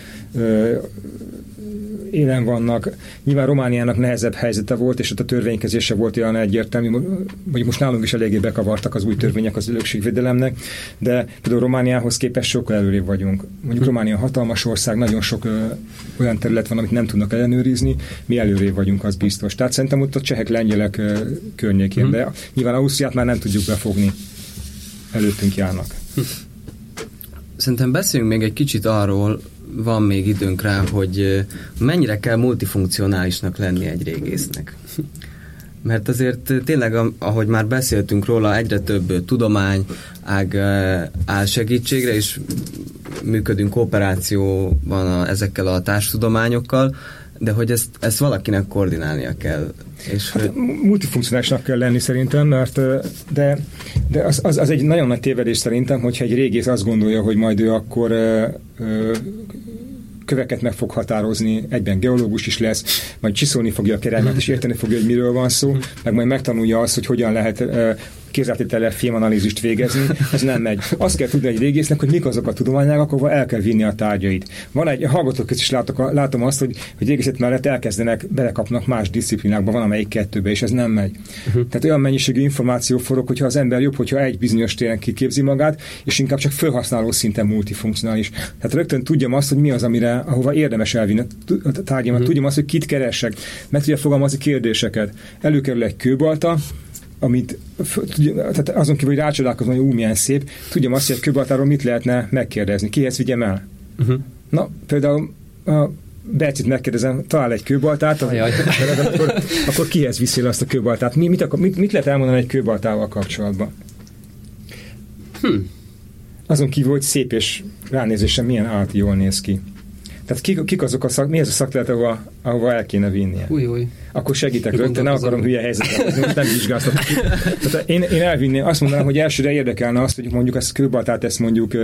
élen vannak. Nyilván Romániának nehezebb helyzete volt, és ott a törvénykezése volt olyan egyértelmű, hogy most nálunk is eléggé bekavartak az új törvények az örökségvédelemnek, de például Romániához képest sokkal előrébb vagyunk. Mondjuk Románia hatalmas ország, nagyon sok olyan terület van, amit nem tudnak ellenőrizni, mi előrébb vagyunk, az biztos. Tehát szerintem ott a csehek, lengyelek környékén, de nyilván Ausztriát már nem tudjuk befogni. Előttünk járnak. Szerintem beszéljünk még egy kicsit arról, van még időnk rá, hogy mennyire kell multifunkcionálisnak lenni egy régésznek. Mert azért tényleg, ahogy már beszéltünk róla, egyre több tudomány áll segítségre, és működünk kooperációban ezekkel a társtudományokkal, de hogy ezt valakinek koordinálnia kell. És hát multifunkcionálisnak kell lenni szerintem, mert de az egy nagyon nagy tévedés szerintem, hogyha egy régész azt gondolja, hogy majd ő akkor köveket meg fog határozni, egyben geológus is lesz, majd csiszolni fogja a kerámiát, és érteni fogja, hogy miről van szó, meg majd megtanulja azt, hogy hogyan lehet kézzeltétellel filmanalízist végezni, ez nem megy. Azt kell tudni egy régésznek, hogy mik azok a tudományágak, ahova el kell vinni a tárgyait. Van egy, hallgatók között is látom azt, hogy régészet mellett elkezdenek, belekapnak más diszciplinákba, van amelyik kettőbe, és ez nem megy. Tehát olyan mennyiségű információ forog, hogyha az ember jobb, hogyha egy bizonyos téren kiképzi magát, és inkább csak felhasználó szinten multifunkcionális. Tehát rögtön tudjam azt, hogy mi az, ahova érdemes elvinni a tárgyamat, tudjam azt, hogy kit keresek, meg tudja fogalmazni kérdéseket. Előkerül egy kőbalta, amit tehát azon kívül, hogy rácsodálkozom, hogy milyen szép, tudjam azt, hogy egy kőbaltáról mit lehetne megkérdezni. Kihez vigyem el? Na, például a Bercit megkérdezem, talál egy kőbaltát, akkor kihez viszél azt a kőbaltát? Mit lehet elmondani egy kőbaltával kapcsolatban? azon kívül, hogy szép és ránézésen milyen állati jól néz ki. Tehát kik azok mi ez a szakterület, ahova el kéne vinnie? Új. Akkor segítek rögtön, nem akarom hülye helyzetre, nem vizsgáztatok. Tehát én elvinném, azt mondanám, hogy elsőre érdekelne azt, hogy mondjuk ezt kőbaltát, ezt mondjuk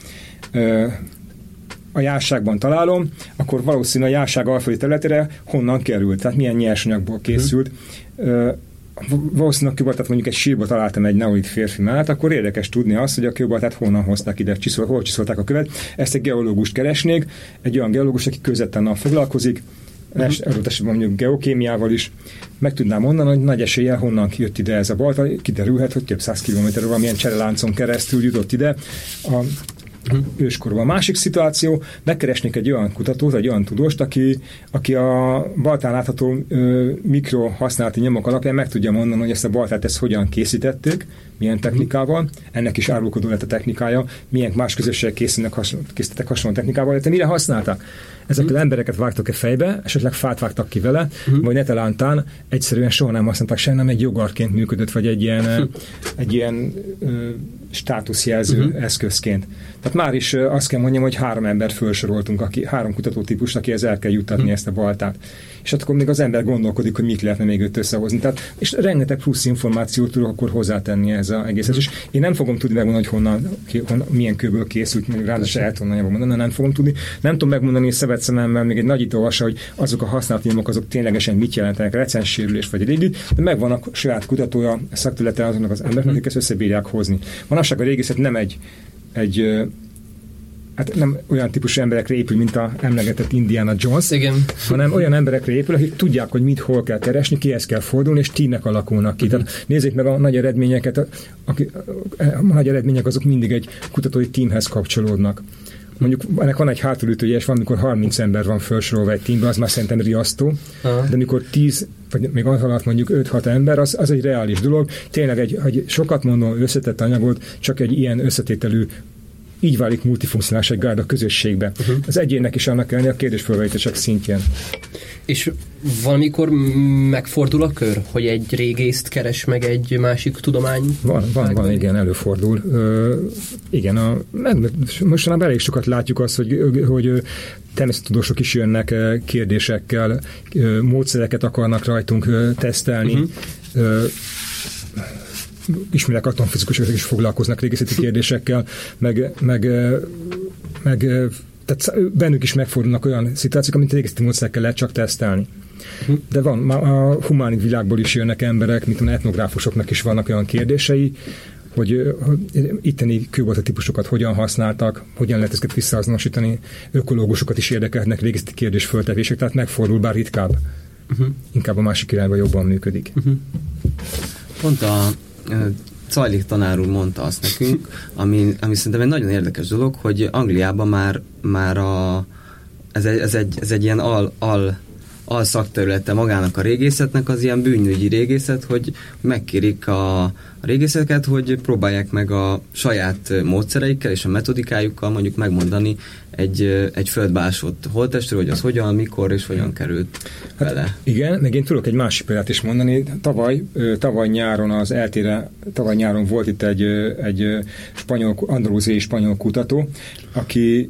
a járságban találom, akkor valószínűleg a járság alföldi területére honnan került, tehát milyen nyersanyagból készült. Valószínűleg kőbaltát mondjuk egy sírba találtam egy neolit férfi mellett, akkor érdekes tudni azt, hogy a kőbaltát honnan hozták ide, hol csiszolták a követ. Ezt egy geológust keresnék, egy olyan geológust, aki közvetlenül foglalkozik, adott esetben mondjuk geokémiával is, meg tudnám mondani, hogy nagy eséllyel honnan jött ide ez a balta, kiderülhet, hogy több 100 kilométerről valamilyen csereláncon keresztül jutott ide a őskorban. A másik szituáció, megkeresnék egy olyan kutatót, egy olyan tudóst, aki a baltán látható mikrohasználati nyomok alapján meg tudja mondani, hogy ezt a baltát ezt hogyan készítették, milyen technikával, ennek is árulkodó lett a technikája, milyen más közösségek készítettek hasonló technikával, illetve mire használták. Ezek az embereket vágtak-e fejbe, esetleg fát vágtak ki vele, vagy netalántán egyszerűen soha nem használták sem, nem egy jogarként működött, vagy egy ilyen státuszjelző eszközként. Tehát már is azt kell mondjam, hogy 3 embert felsoroltunk, 3 kutatótípust, akihez el kell juttatni ezt a baltát. És akkor még az ember gondolkodik, hogy mit lehetne még őt összehozni. Tehát, és rengeteg plusz információt tudok akkor hozzátenni ez az egészet. És én nem fogom tudni megmondani, hogy honnan milyen kőből készült, még ráadásul el tudom mondani, nem fogom tudni. Nem tudom megmondani, hogy szememmel még egy nagyító olvassa, hogy azok a használati nyomok, azok ténylegesen mit jelentenek, recenssérülés vagy régit, de megvan a saját kutatója, szakterülete azoknak az embereknek, akik ezt összebírják hozni. Manapság a régészet nem hát nem olyan típusú emberekre épül, mint a emlegetett Indiana Jones, igen, hanem olyan emberekre épül, akik tudják, hogy mit hol kell keresni, kihez kell fordulni, és tímnek alakulnak ki. Tehát nézzék meg a nagy eredményeket, a nagy eredmények azok mindig egy kutatói tímhez kapcsolódnak. Mondjuk ennek van egy hátulütője, és van, amikor 30 ember van felsorolva egy tímben, az már szerintem riasztó, de amikor 10, vagy még az alatt mondjuk 5-6 ember, az egy reális dolog. Tényleg egy sokat mondom összetett anyagot, csak egy ilyen összetételű, így válik multifunkcionális egy gárda közösségbe. Az egyének is annak ellenére a kérdésfelvetések szintjén. És valamikor megfordul a kör, hogy egy régészt keres meg egy másik tudomány? Van, igen, előfordul. Igen, mostanában elég sokat látjuk azt, hogy természettudósok is jönnek kérdésekkel, módszereket akarnak rajtunk tesztelni, ismerek atomfizikusok is foglalkoznak régészeti kérdésekkel, meg tehát bennük is megfordulnak olyan szituációk, amit régészeti módszerekkel lehet csak tesztelni. De van, a humánit világból is jönnek emberek, mint etnográfusoknak is vannak olyan kérdései, hogy itteni kőbalta típusokat hogyan használtak, hogyan lehet ezeket visszaazonosítani, ökológusokat is érdekelhetnek régészeti kérdésföltevések, tehát megfordul, bár ritkább. Inkább a másik irányba jobban működik. Pont a Czajlik tanár úr mondta azt nekünk, ami szerintem egy nagyon érdekes dolog, hogy Angliában már ez egy ilyen alszakterülete magának a régészetnek, az ilyen bűnügyi régészet, hogy megkérik a régészeteket, hogy próbálják meg a saját módszereikkel és a metodikájukkal mondjuk megmondani egy földbásott holttestről, hogy az hogyan, mikor és hogyan került bele. Hát igen, meg én tudok egy másik példát is mondani. Tavaly nyáron volt itt egy andalúziai spanyol kutató, aki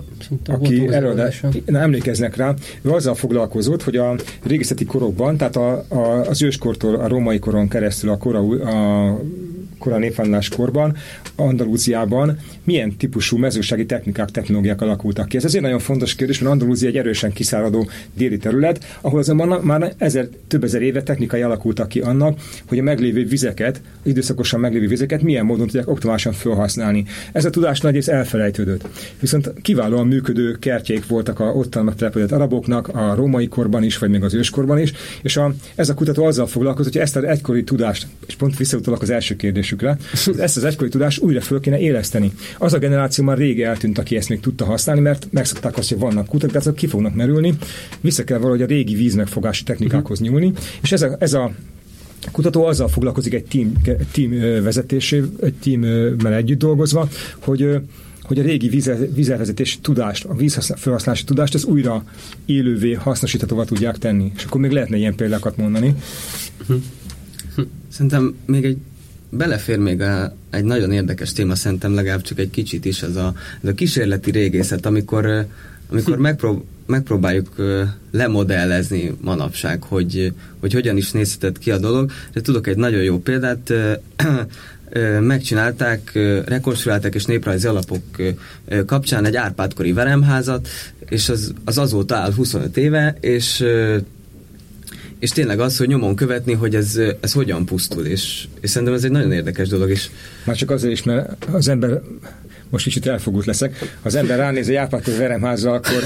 emlékeznek rá, ő azzal foglalkozott, hogy a régészeti korokban, tehát az őskortól a római koron keresztül a kora népvándorlás korban, Andalúziában milyen típusú mezőségi technológiák alakultak ki. Ez azért nagyon fontos kérdés, mert Andalúzia egy erősen kiszáradó déli terület, ahol azonban már több ezer éve technikai alakultak ki annak, hogy a meglévő vizeket, időszakosan meglévő vizeket milyen módon tudják optimálisan felhasználni. Ez a tudás nagyrészt elfelejtődött. Viszont kiválóan működő kertjeik voltak a ottan megtelepedett araboknak, a római korban is, vagy még az őskorban is, és ez a kutató azzal foglalkozott, hogy ezt az egykori tudást, és pont visszautalok az első kérdésükre, ezt az egykori tudást újra föl kéne éleszteni. Az a generáció már rég eltűnt, aki ezt még tudta használni, mert megszokták azt, hogy vannak kutak, tehát azok ki fognak merülni, vissza kell valahogy a régi vízmegfogási technikákhoz nyúlni, és ez a kutató azzal foglalkozik egy tím vezetésével, egy tímmel együtt dolgozva, hogy a régi vízvezetési tudást, a vízfelhasználási tudást az újra élővé, hasznosíthatóvá tudják tenni. És akkor még lehetne ilyen példákat mondani. Szerintem még egy belefér még egy nagyon érdekes téma, szerintem legalább csak egy kicsit is, ez a kísérleti régészet, amikor megpróbáljuk lemodellezni manapság, hogy hogyan is nézhetett ki a dolog. De tudok egy nagyon jó példát, megcsinálták, rekonstruálták és néprajzi alapok kapcsán egy Árpád-kori veremházat, és az azóta áll 25 éve, és tényleg az, hogy nyomon követni, hogy ez hogyan pusztul, és szerintem ez egy nagyon érdekes dolog is. Már csak azért is, mert az ember, most kicsit elfogult leszek, az ember ránéz egy Árpád-kori veremházzal, akkor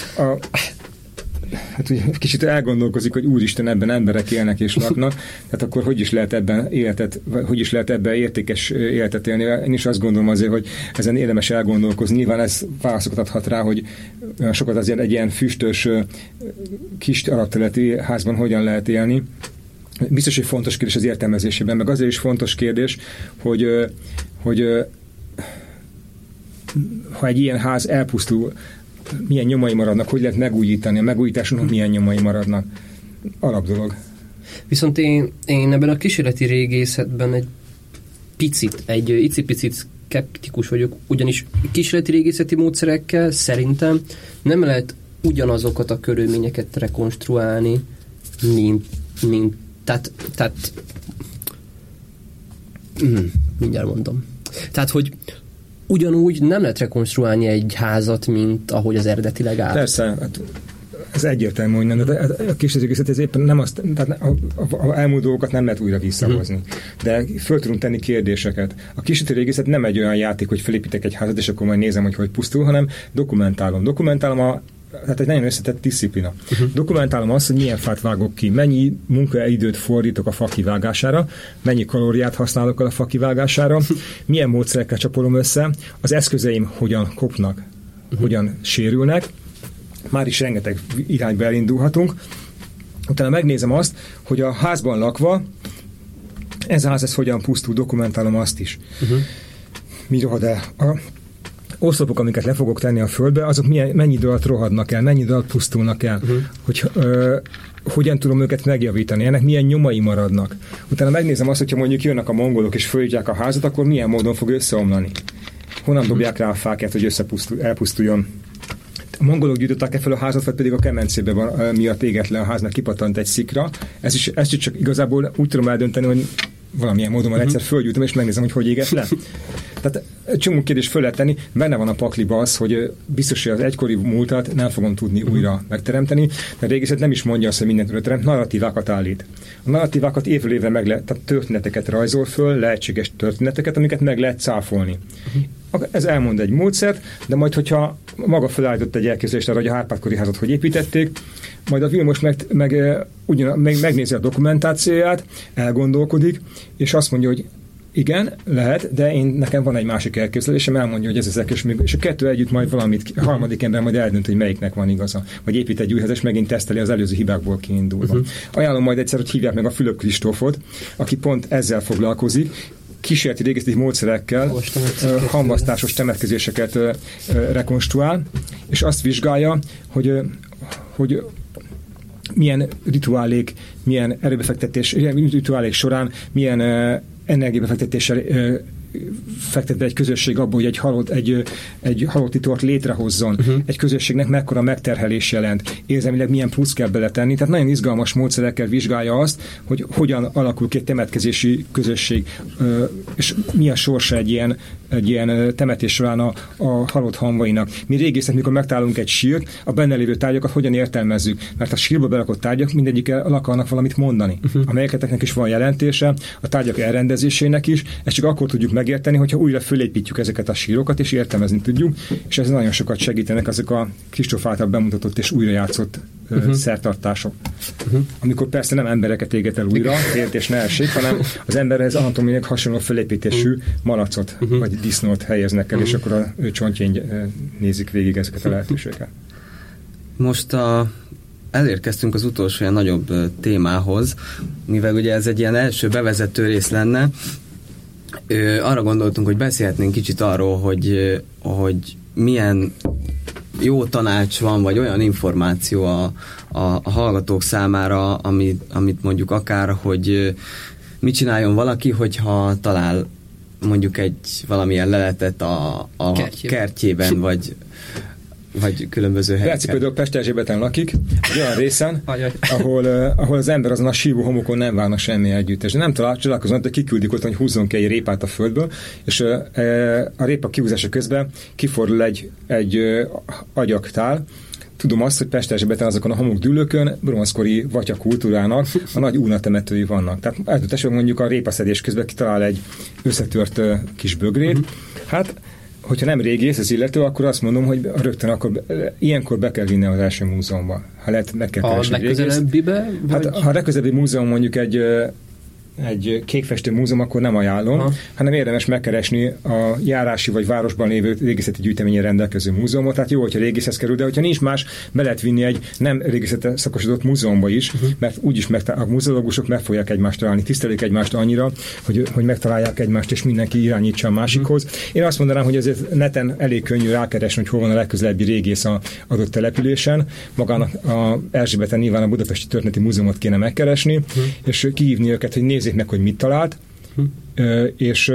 hát kicsit elgondolkozik, hogy úristen, ebben emberek élnek és laknak, tehát akkor hogy is lehet ebben értékes életet élni? Én is azt gondolom azért, hogy ezen érdemes elgondolkozni. Nyilván ez válaszokat adhat rá, hogy sokat azért egy ilyen füstös kis alapterületi házban hogyan lehet élni. Biztos, hogy fontos kérdés az értelmezésében, meg azért is fontos kérdés, hogy ha egy ilyen ház elpusztul, milyen nyomai maradnak, hogy lehet megújítani, a megújításunknak milyen nyomai maradnak. Alapdolog. Viszont én ebben a kísérleti régészetben egy icipicit szkeptikus vagyok, ugyanis kísérleti régészeti módszerekkel szerintem nem lehet ugyanazokat a körülményeket rekonstruálni, mindjárt mondom. Tehát, hogy ugyanúgy nem lehet rekonstruálni egy házat, mint ahogy az eredetileg áll. Persze, hát ez egyértelmű, hogy nem, de a kísérletégészet ez éppen nem azt, tehát a elmúlt dolgokat nem lehet újra visszahozni. De föl tudunk tenni kérdéseket. A kísérletégészet nem egy olyan játék, hogy felépítek egy házat, és akkor majd nézem, hogy pusztul, hanem dokumentálom tehát egy nagyon összetett diszciplina. Dokumentálom azt, hogy milyen fát vágok ki, mennyi munkaidőt fordítok a fa kivágására, mennyi kalóriát használok a fa kivágására, milyen módszerekkel csapolom össze, az eszközeim hogyan kopnak, hogyan sérülnek, már is rengeteg irányba elindulhatunk. Utána megnézem azt, hogy a házban lakva ez a ház hogyan pusztul, dokumentálom azt is. Mi rohad el? A oszlopok, amiket le fogok tenni a földbe, azok mennyi idő alatt rohadnak el, mennyi idő alatt pusztulnak el, hogy hogyan tudom őket megjavítani, ennek milyen nyomai maradnak. Utána megnézem azt, hogyha mondjuk jönnek a mongolok és följutják a házat, akkor milyen módon fog összeomlani. Honnan dobják rá a fákját, hogy elpusztuljon. A mongolok gyűjtöttek fel a házat, vagy pedig a kemencébe miatt égett le a háznak, kipattant egy szikra. Ezt is csak igazából úgy tudom eldönteni, hogy valamilyen módon már egyszer fölgyújtom, és megnézem, hogy égett le. Tehát egy csomó kérdés föl lehet tenni, benne van a pakliba az, hogy biztos, hogy az egykori múltat nem fogom tudni újra megteremteni, mert a régészet nem is mondja azt, hogy mindent újra teremt, narratívákat állít. A narratívákat évről évre tehát történeteket rajzol föl, lehetséges történeteket, amiket meg lehet cáfolni. Ez elmond egy módszert, de majd, hogyha maga felállított egy elképzelést arra, hogy a Árpád-kori házat hogy építették, majd a Vilmos megnézi a dokumentációját, elgondolkodik, és azt mondja, hogy igen, lehet, de nekem van egy másik elképzelésem, elmondja, hogy ez az elképzelés, és a kettő együtt majd valamit, a harmadik ember majd eldönt, hogy melyiknek van igaza. Vagy épít egy új házat, és megint teszteli az előző hibákból kiindulva. Ajánlom majd egyszer, hogy hívják meg a Fülöp Kristófot, aki pont ezzel foglalkozik, kísérleti régészeti módszerekkel hamvasztásos temetkezéseket rekonstruál, és azt vizsgálja, hogy milyen rituálék, milyen erőbefektetés, rituálék során milyen energiabefektetéssel fektet be egy közösség abból, hogy egy halotti tort létrehozzon. Egy közösségnek mekkora megterhelés jelent, érzelmileg milyen plusz kell beletenni. Tehát nagyon izgalmas módszerekkel vizsgálja azt, hogy hogyan alakul ki egy temetkezési közösség, és mi a sorsa egy ilyen temetés során a halott hamvainak. Mi régészek, mikor megtalálunk egy sírt, a benne lévő tárgyakat hogyan értelmezzük? Mert a sírba berakott tárgyak mindegyik el akarnak valamit mondani. Amelyeknek is van jelentése, a tárgyak elrendezésének is, ezt csak akkor tudjuk megérteni, hogyha újra fölépítjük ezeket a sírokat, és értelmezni tudjuk, és ez nagyon sokat segítenek azok a Kristóf által bemutatott és újrajátszott szertartások. Amikor persze nem embereket éget el újra, és ne essék, hanem az emberhez anatómiailag hasonló fölépítésű malacot, vagy disznót helyeznek el, és akkor a csontjén nézik végig ezeket a lehetőségeket. Most elérkeztünk az utolsó ilyen nagyobb témához, mivel ugye ez egy ilyen első bevezető rész lenne, arra gondoltunk, hogy beszélhetnénk kicsit arról, hogy milyen jó tanács van, vagy olyan információ a hallgatók számára, amit mondjuk akár, hogy mit csináljon valaki, hogyha talál mondjuk valamilyen leletet a kertjében, vagy különböző helyeken. Látszik, például Pesterzsébeten lakik, egy olyan részen, ahol az ember azon a sívó homokon nem várna semmi együttes. De nem találkozom, hogy kiküldik ott, hogy húzzon ki egy répát a földből, és a répa kihúzása közben kifordul egy agyaktál. Tudom azt, hogy Pesterzsébeten azokon a homokdűlőkön bronzkori vatya kultúrának a nagy urnatemetői vannak. Tehát eltudások mondjuk a répaszedés közben kitalál egy összetört kis bögrét. Hát hogyha nem régész az illető, akkor azt mondom, hogy rögtön akkor ilyenkor be kell vinni az első múzeumba. Ha lehet, meg kell keresni a legközelebbibe? Hát, ha a legközelebbi múzeum mondjuk egy kékfestő múzeum, akkor nem ajánlom, hanem érdemes megkeresni a járási vagy városban lévő régészeti gyűjteményen rendelkező múzeumot. Tehát jó, hogyha régészhez kerül, de hogyha nincs más, be lehet vinni egy nem régészete szakosodott múzeumba is, mert úgyis a múzeológusok meg fogják egymást találni, tisztelik egymást annyira, hogy megtalálják egymást, és mindenki irányítsa a másikhoz. Én azt mondanám, hogy azért neten elég könnyű rákeresni, hogy hol van a legközelebbi régész a adott településen. Magának a Erzsébeten nyilván a Budapesti Történeti Múzeumot kéne megkeresni, és kihívni őket, hogy nézzék meg, hogy mit talált, és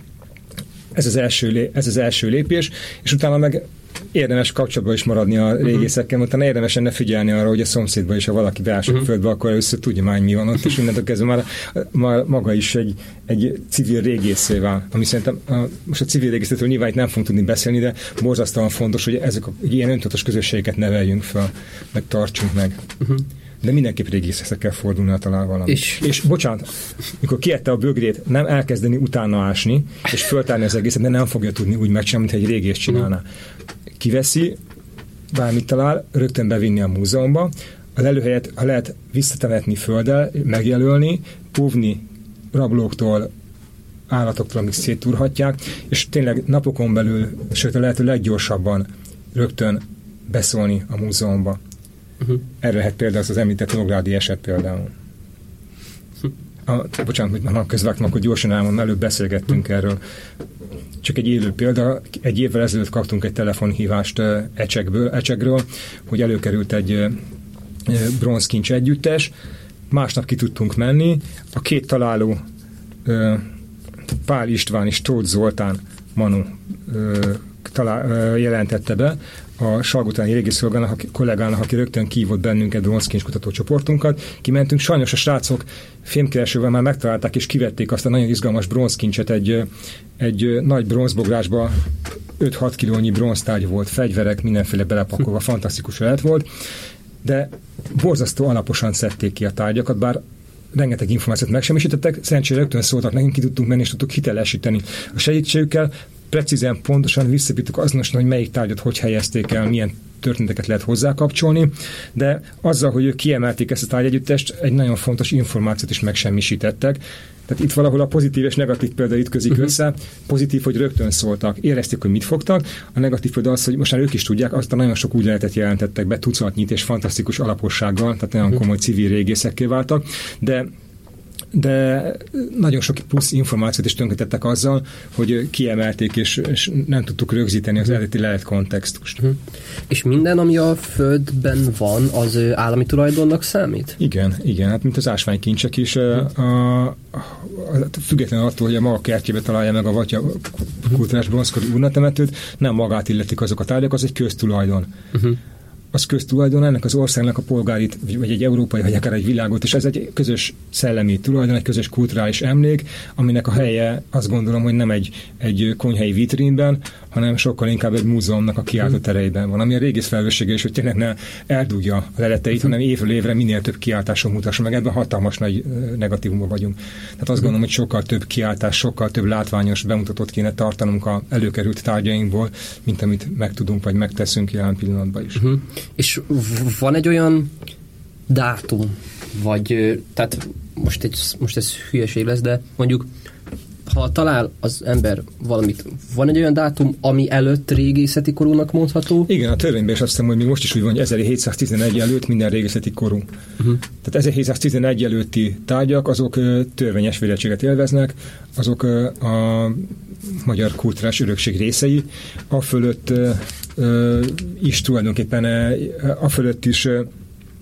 ez az első lépés, és utána meg érdemes kapcsolatban is maradni a régészekkel, utána érdemes lenne figyelni arra, hogy a szomszédban is, ha valaki beásik földbe, akkor először tudja már, mi van ott, és mindentől kezdve már maga is egy civil régészé vál. Ami szerintem most a civil régészetről nyilván itt nem fogunk tudni beszélni, de borzasztóan fontos, hogy ezek ilyen öntudatos közösségeket neveljünk fel, meg tartsunk meg. De mindenképp régészekhez kell fordulni, ha talál valami. És bocsánat, mikor kiette a bögrét, nem elkezdeni utána ásni, és föltárni az egészet, de nem fogja tudni úgy megcsinálni, mint egy régész csinálná. Kiveszi, bármit talál, rögtön bevinni a múzeumba, a lelőhelyet, ha lehet visszatemetni földdel, megjelölni, óvni rablóktól, állatoktól, amik széttúrhatják, és tényleg napokon belül, sőt a lehető leggyorsabban rögtön beszólni a múzeumba. Erre lehet például az említett Nógrádi eset például. Bocsánat, hogy már közvágtam, akkor gyorsan elmondom, előbb beszélgettünk erről. Csak egy élő példa, egy évvel ezelőtt kaptunk egy telefonhívást Ecsegről, hogy előkerült egy bronzkincs együttes, másnap ki tudtunk menni, a két találó Pál István és Tóth Zoltán Manu jelentette be a Salgótarjányi régészszolgának kollégának, aki rögtön kihívott bennünket bronzkincskutató csoportunkat. Kimentünk, sajnos a srácok fémkeresővel már megtalálták és kivették azt a nagyon izgalmas bronzkincset, egy nagy bronzbográsba 5-6 kilónyi bronztárgy volt, fegyverek, mindenféle belepakolva, fantasztikus lehet volt, de borzasztó alaposan szedték ki a tárgyakat, bár rengeteg információt megsemmisítettek, szerencsére rögtön szóltak nekünk, ki tudtunk menni, és tudtuk hitelesíteni. A segítségükkel precízen, pontosan visszabítjuk azonosan, hogy melyik tárgyat hogy helyezték el, milyen történeteket lehet hozzákapcsolni, de azzal, hogy ők kiemelték ezt a tárgyegyüttest, egy nagyon fontos információt is megsemmisítettek. Tehát itt valahol a pozitív és negatív példa ütközik össze. Pozitív, hogy rögtön szóltak, érezték, hogy mit fogtak. A negatív példa az, hogy most már ők is tudják, aztán nagyon sok úgy lehetett jelentettek be tucatnyit és fantasztikus alapossággal, tehát nagyon komoly civil régészekké váltak, de nagyon sok plusz információt is tönkretettek azzal, hogy kiemelték, és nem tudtuk rögzíteni az eredeti lelet kontextust. És minden, ami a földben van, az állami tulajdonnak számít? Igen, hát mint az ásványkincsek is, függetlenül attól, hogy a maga kertjébe találja meg a vatya kultúrás bronzkori urnatemetőt, nem magát illetik azok a tárgyak, az egy köztulajdon. Az köztulajdon, ennek az országnak a polgárit, vagy egy európai, vagy akár egy világot, és ez egy közös szellemi tulajdon, egy közös kulturális emlék, aminek a helye azt gondolom, hogy nem egy konyhai vitrínben, hanem sokkal inkább egy múzeumnak a kiáltó tereiben van, ami a régész felelőssége is, hogy tényleg ne eldugja a leleteit, hanem évről évre minél több kiáltáson mutassa meg. Ebben hatalmas nagy negatívumban vagyunk. Tehát azt gondolom, hogy sokkal több kiáltás, sokkal több látványos bemutatót kéne tartanunk a előkerült tárgyainkból, mint amit megtudunk, vagy megteszünk jelen pillanatban is. És van egy olyan dátum, vagy tehát most ez hülyeség lesz, de mondjuk ha talál az ember valamit, van egy olyan dátum, ami előtt régészeti korúnak mondható? Igen, a törvényben is azt hiszem, hogy még most is úgy van, hogy 1711 előtt minden régészeti korú. Tehát 1711 előtti tárgyak, azok törvényes védettséget élveznek, azok a magyar kulturális örökség részei, a fölött is tulajdonképpen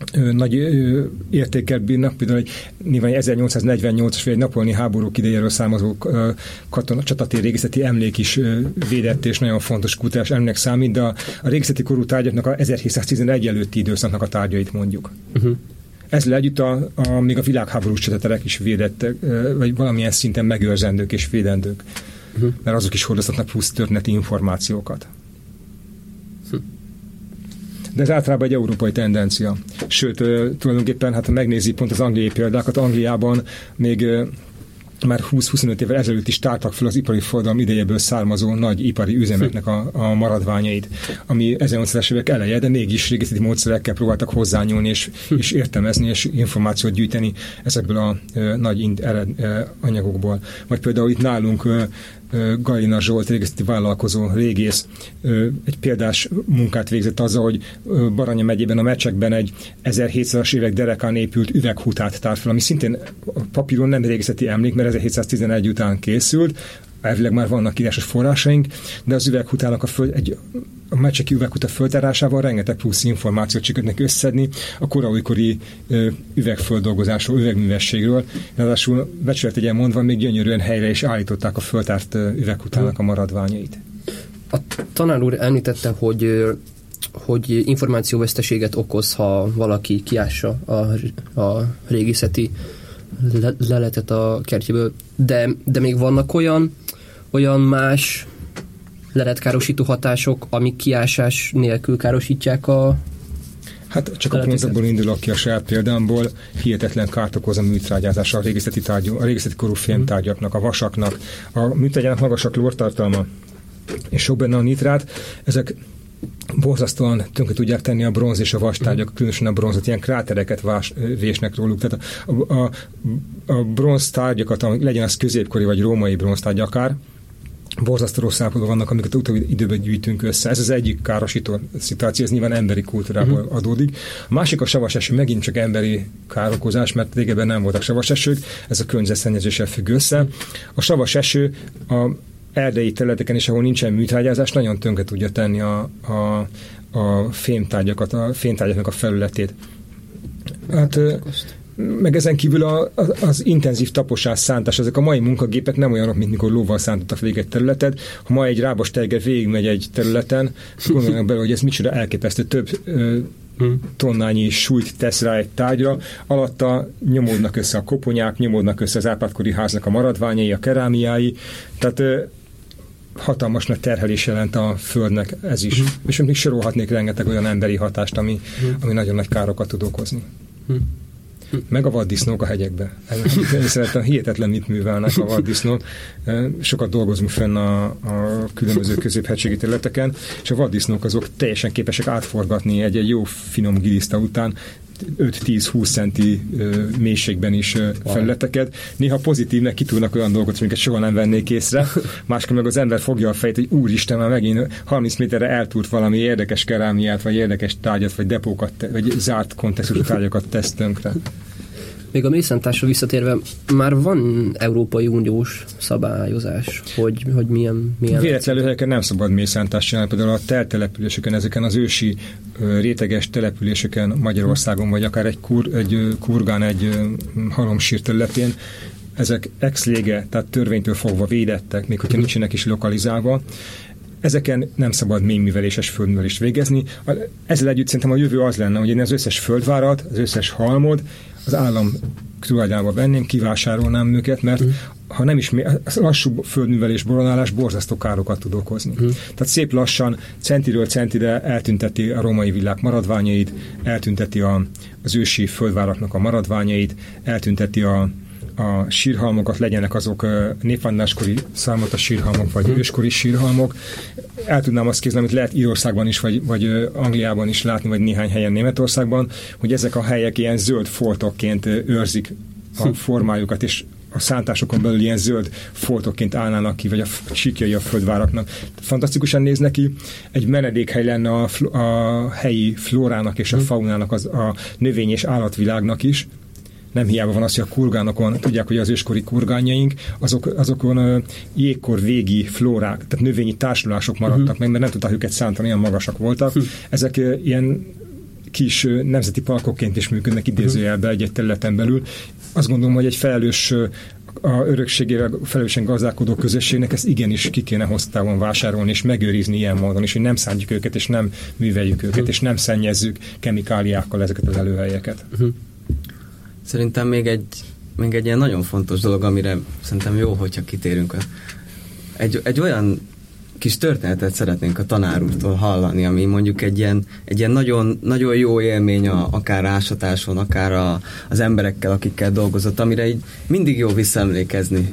nagy értékkel bírnak, például nyilván 1848-as vagy egy napolni háborúk idejéről származó csatatér régészeti emlék is védett és nagyon fontos kutatás emléknek számít, de a régészeti korú tárgyaknak a 1711 előtti időszaknak a tárgyait mondjuk. Ezzel együtt még a világháborús csataterek is védettek, vagy valamilyen szinten megőrzendők és védendők, mert azok is hordoztatnak plusz történeti információkat. De ez általában egy európai tendencia. Sőt, tulajdonképpen, hát ha megnézi pont az angliai példákat, Angliában még már 20-25 évvel ezelőtt is tártak fel az ipari forradalom idejéből származó nagy ipari üzemeknek a maradványait, ami 1800-es évek eleje, de mégis régészeti módszerekkel próbáltak hozzányúlni, és értelmezni, és információt gyűjteni ezekből a nagy anyagokból. Vagy például itt nálunk Galina Zsolt, régészeti vállalkozó régész egy példás munkát végzett azzal, hogy Baranya megyében a Mecsekben egy 1700-as évek derekán épült üveghutát tárt fel, ami szintén papíron nem régészeti emlék, mert 1711 után készült, elvileg már vannak írásos forrásaink, de az üveghutának a mecseki üveghuta föltárásával rengeteg plusz információt sikerült összedni a korai üvegföldolgozásról, üvegművességről. Ráadásul becsületegyen mondva még gyönyörűen helyre is állították a föltárt üveghutának a maradványait. A tanár úr említette, hogy információveszteséget okoz, ha valaki kiássa a régészeti leletet a kertjéből, de még vannak olyan más leletkárosító hatások, amik kiásás nélkül károsítják a Hát csak a pénzekből indulok ki a saját példámból, hihetetlen kárt okoz a műtrágyázás a régészeti korú fémtárgyaknak, a vasaknak. A műtrágyának magas a klórtartalma, és sok benne a nitrát, ezek borzasztóan tönkre tudják tenni a bronz és a vastárgyak, különösen a bronzot, ilyen krátereket vésnek róluk. Tehát a bronz tárgyakat, legyen az középkori vagy római bronztárgy akár, borzasztó rossz állapotban vannak, amiket utóbbi időben gyűjtünk össze. Ez az egyik károsító szituáció, ez nyilván emberi kultúrából adódik. A másik a savas eső, megint csak emberi károkozás, mert régebben nem voltak savas esők, ez a környezetszennyezéssel függ össze. A savas eső a erdei területeken is, ahol nincsen műtrágyázás, nagyon tönkre tudja tenni a fémtárgyakat, a fémtárgyaknak a felületét. Hát, meg ezen kívül az intenzív taposás, szántás, ezek a mai munkagépek nem olyanok, mint mikor lóval szántottak végig egy területet. Ha ma egy rábos tejger végigmegy egy területen, gondoljanak bele, hogy ez micsoda elképesztő, több tonnányi súlyt tesz rá egy tárgyra, alatta nyomódnak össze a koponyák, nyomódnak össze az árpádkori háznak a maradványai, a kerámiái, tehát hatalmas nagy terhelés jelent a Földnek ez is. És még sorolhatnék rengeteg olyan emberi hatást, ami nagyon nagy károkat tud okozni. Meg a vaddisznók a hegyekbe. Én szeretem, hihetetlen mit művelnek a vaddisznók. Sokat dolgozunk fenn a különböző középhegységi területeken, és a vaddisznók azok teljesen képesek átforgatni egy jó finom giliszta után 5-10-20 centi mélységben is felületeket. Néha pozitívnek ki tudnak olyan dolgot, amiket soha nem vennék észre. Máskor meg az ember fogja a fejét, hogy úristen, már megint 30 méterre eltúrt valami érdekes kerámiát, vagy érdekes tárgyat, vagy depókat, vagy zárt kontextusú tárgyakat tesz tönkre. Még a mélyszántásra visszatérve, már van Európai Uniós szabályozás, hogy milyen véletlenül helyeken nem szabad mélyszántást csinálni, például a teltelepüléseken, ezeken az ősi réteges településeken Magyarországon, vagy akár egy kurgán, egy halomsír területén, ezek ex lege, tehát törvénytől fogva védettek, még hogyha nincsenek is lokalizálva. Ezeken nem szabad mélyműveléses földművelést végezni. Ezzel együtt szerintem a jövő az lenne, hogy én az összes földvárat, az összes halmod az állam tulajdonában venném, kivásárolnám őket, mert ha nem is lassú földművelés, boronálás borzasztó károkat tud okozni. Tehát szép lassan, centiről centire eltünteti a római villák maradványait, eltünteti az ősi földváraknak a maradványait, eltünteti a sírhalmokat, legyenek azok népvándorláskori szármatas sírhalmok, vagy őskori sírhalmok. El tudnám azt képzelni, amit lehet Írországban is, vagy Angliában is látni, vagy néhány helyen Németországban, hogy ezek a helyek ilyen zöld foltokként őrzik a formájukat, és a szántásokon belül ilyen zöld foltokként állnának ki, vagy a síkjai a földváraknak. Fantasztikusan néz neki. Egy menedékhely lenne a helyi flórának és a faunának, a növény- és állatvilágnak is. Nem hiába van az, hogy a kurgánokon, tudják, hogy az őskori kurgányaink, azokon jégkor végi flórák, tehát növényi társulások maradtak meg, mert nem tudták őket szántani, olyan magasak voltak. Ezek ilyen kis nemzeti parkokként is működnek idézőjelbe egy területen belül. Azt gondolom, hogy egy felelős a örökségével felelősen gazdálkodó közösségnek ezt igenis ki kéne hosszú távon vásárolni és megőrizni ilyen módon, és hogy nem szántjuk őket, és nem műveljük őket, és nem szennyezzük kemikáliákkal ezeket az előhelyeket. Szerintem még egy ilyen nagyon fontos dolog, amire szerintem jó, hogyha kitérünk. Egy olyan kis történetet szeretnénk a tanár úrtól hallani, ami mondjuk egy ilyen nagyon, nagyon jó élmény akár ásatáson, akár az emberekkel, akikkel dolgozott, amire így mindig jó visszaemlékezni.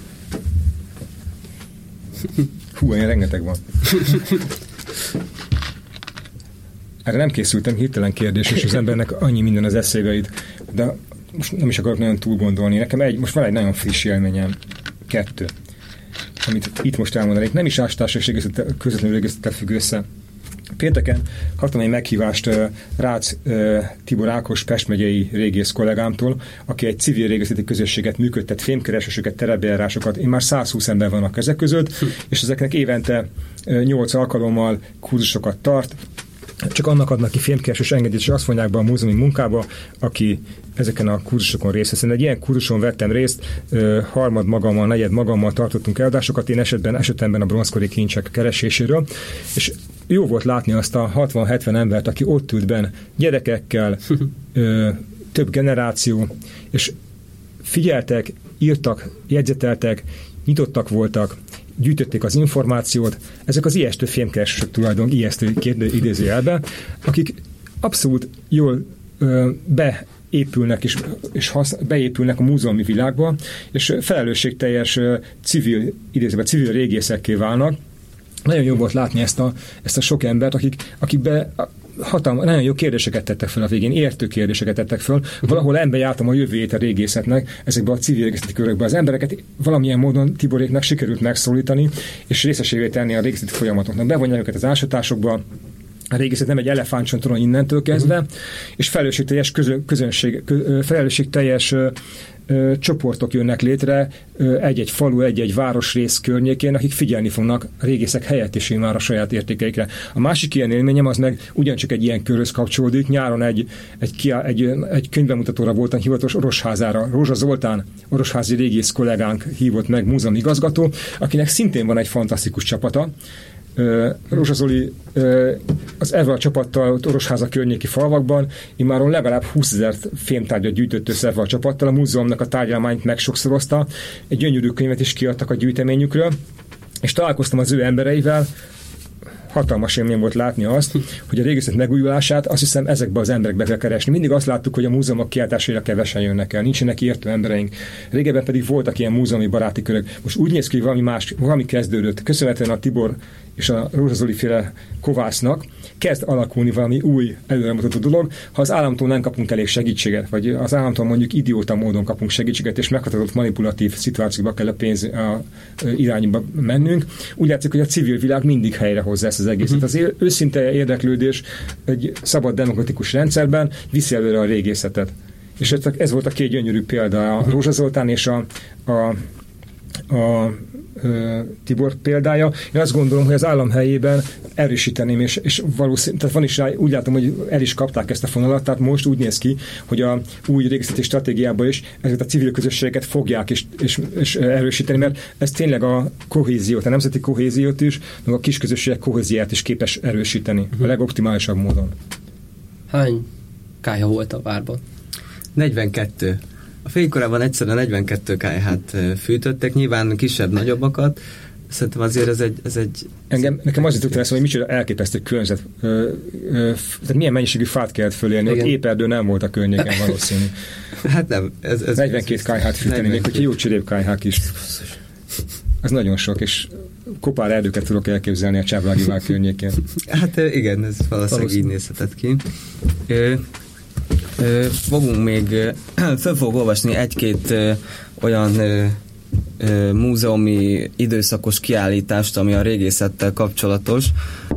Hú, ilyen rengeteg van. Erre nem készültem, hirtelen kérdés, és az embernek annyi minden az eszébe itt, de most nem is akarok nagyon túl gondolni. Nekem most van egy nagyon friss élményem, 2, amit itt most elmondanék. Nem is ásatásra és közvetlenül régészettel függ össze. Pénteken kaptam egy meghívást Rácz Tibor Ákos Pest megyei régész kollégámtól, aki egy civil régészeti közösséget működtet, fémkereséseket, terepbejárásokat. Én már 120 ember vannak ezek között, és ezeknek évente 8 alkalommal kurzusokat tart. Csak annak adnak ki fémkeresés engedélyt, és azt mondják be a múzeumi munkába, aki ezeken a kurzusokon részt vesz. Egy ilyen kurzuson vettem részt, harmad magammal, negyed magammal tartottunk eladásokat, én esetemben a bronzkori kincsek kereséséről, és jó volt látni azt a 60-70 embert, aki ott ült benn gyerekekkel, több generáció, és figyeltek, írtak, jegyzeteltek, nyitottak voltak, gyűjtötték az információt, ezek az ijesztő fémkeresők tulajdonképpen, ijesztő idézőjelben, akik abszolút jól beépülnek beépülnek a múzeumi világba, és felelősségteljes civil régészekké válnak. Nagyon jó volt látni ezt a sok embert, akikbe nagyon jó kérdéseket tettek fel a végén, értő kérdéseket tettek fel. Valahol jártam a jövőjét a régészetnek, ezekben a civil régészeti körökben. Az embereket valamilyen módon Tiboréknak sikerült megszólítani, és részesévé tenni a régészeti folyamatoknak. Bevonják őket az ásatásokba. A régészet nem egy elefántcsontoron innentől kezdve, és felelősségteljes csoportok jönnek létre egy-egy falu, egy-egy városrész környékén, akik figyelni fognak a régészek helyett is már a saját értékeikre. A másik ilyen élményem az meg ugyancsak egy ilyen körhöz kapcsolódik. Nyáron egy könyvbemutatóra voltam hivatalos Orosházára. Rózsa Zoltán, orosházi régész kollégánk hívott meg, múzeumigazgató, akinek szintén van egy fantasztikus csapata. Rózsa Zoli az ezzel a csapattal Orosháza környéki falvakban immáron legalább 20 000 fémtárgyat gyűjtött össze a csapattal, a múzeumnak a tárgyalmányt megsokszorozta, egy gyönyörű könyvet is kiadtak a gyűjteményükről, és találkoztam az ő embereivel. Hatalmas élmény volt látni azt, hogy a régészet megújulását azt hiszem ezekbe az emberekbe kell keresni. Mindig azt láttuk, hogy a múzeumok kiáltásaira kevesen jönnek el, nincsenek értő embereink. Régebben pedig voltak ilyen múzeumi baráti körök. Most úgy néz ki, hogy valami kezdődött. Köszönhetően a Tibor és a Rózsa Zoli féle kovásznak kezd alakulni valami új előremutató dolog. Ha az államtól nem kapunk elég segítséget, vagy az államtól mondjuk idióta módon kapunk segítséget, és meghatározott manipulatív szituációkba kell a pénz irányba mennünk, úgy látszik, hogy a civil világ mindig helyrehozza ezt az egészet. Az őszinte érdeklődés egy szabad demokratikus rendszerben viszi előre a régészetet. És ez volt a 2 gyönyörű példa, a Rózsa Zoltán és a Tibor példája. Én azt gondolom, hogy az állam helyében erősíteném, és valószínűleg, tehát van is rá, úgy látom, hogy el is kapták ezt a fonalat, tehát most úgy néz ki, hogy a új régészeti stratégiában is ezeket a civil közösségeket fogják és erősíteni, mert ez tényleg a kohéziót, a nemzeti kohéziót is, meg a kis közösségek kohéziát is képes erősíteni a legoptimálisabb módon. Hány kályha volt a várban? 42. A fénykorában egyszerűen 42 kályhát fűtöttek, nyilván kisebb-nagyobbakat. Szerintem azért ez egy nekem az jutott eszembe, hogy micsoda elképesztő környezet. Tehát milyen mennyiségű fát kellett fölélni, hogy éperdő nem volt a környéken valószínű. Hát nem. Ez 42 kályhát fűteni, még hogyha jó cserépkályhák is. Ez nagyon sok, és kopár erdőket tudok elképzelni a Csáblági vár környékén. Hát igen, ez valószínűleg így nézhetett ki. Fogunk még, föl fogok olvasni egy-két olyan múzeumi időszakos kiállítást, ami a régészettel kapcsolatos,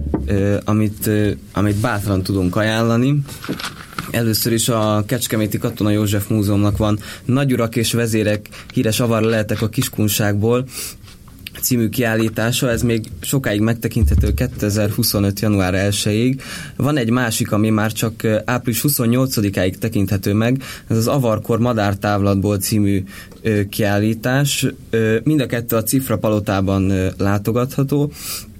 amit bátran tudunk ajánlani. Először is a Kecskeméti Katona József Múzeumnak van Nagyurak és vezérek, híres avar leletek a Kiskunságból, című kiállítása, ez még sokáig megtekinthető 2025. január 1-ig. Van egy másik, ami már csak április 28-áig tekinthető meg, ez az Avarkor madártávlatból című kiállítás. Mind a kettő a Cifra palotában látogatható.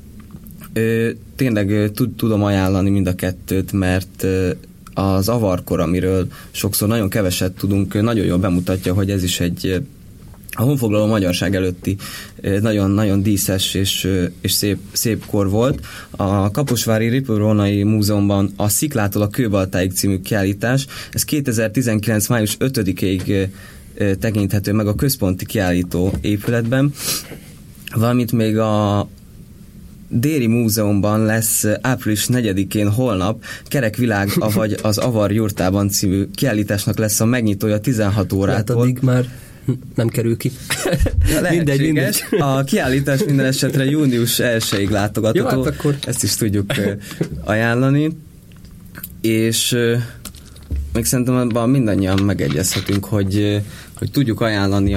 Tényleg tudom ajánlani mind a kettőt, mert az Avarkor, amiről sokszor nagyon keveset tudunk, nagyon jól bemutatja, hogy ez is egy a honfoglaló magyarság előtti nagyon díszes és szép kor volt. A Kaposvári Ripurónai Múzeumban a Sziklától a Kőbaltáig című kiállítás, ez 2019. május 5-ig tekinthető meg a központi kiállító épületben, valamint még a Déri Múzeumban lesz április 4-én holnap Kerekvilág, avagy az Avar jurtában című kiállításnak lesz a megnyitója 16 órától. Hát addig már nem kerül ki. Mindegy. A kiállítás minden esetre június 1-ig látogatható. Jó, hát akkor... Ezt is tudjuk ajánlani. És még szerintem abban mindannyian megegyezhetünk, hogy tudjuk ajánlani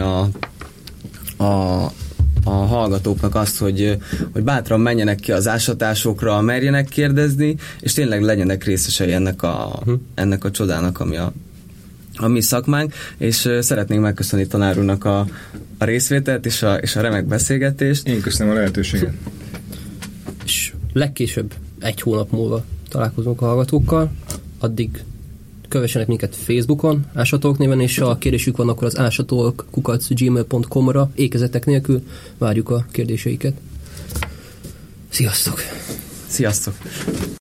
a hallgatóknak azt, hogy bátran menjenek ki az ásatásokra, merjenek kérdezni, és tényleg legyenek részesei ennek a csodának, ami a mi szakmánk, és szeretnénk megköszönni tanár úrnak a részvételt és a remek beszélgetést. Én köszönöm a lehetőséget. És legkésőbb 1 hónap múlva találkozunk a hallgatókkal, addig kövessenek minket Facebookon, Ásatalk néven, és ha kérdésük van, akkor az ásatalk@gmail.com-ra ékezetek nélkül várjuk a kérdéseiket. Sziasztok! Sziasztok!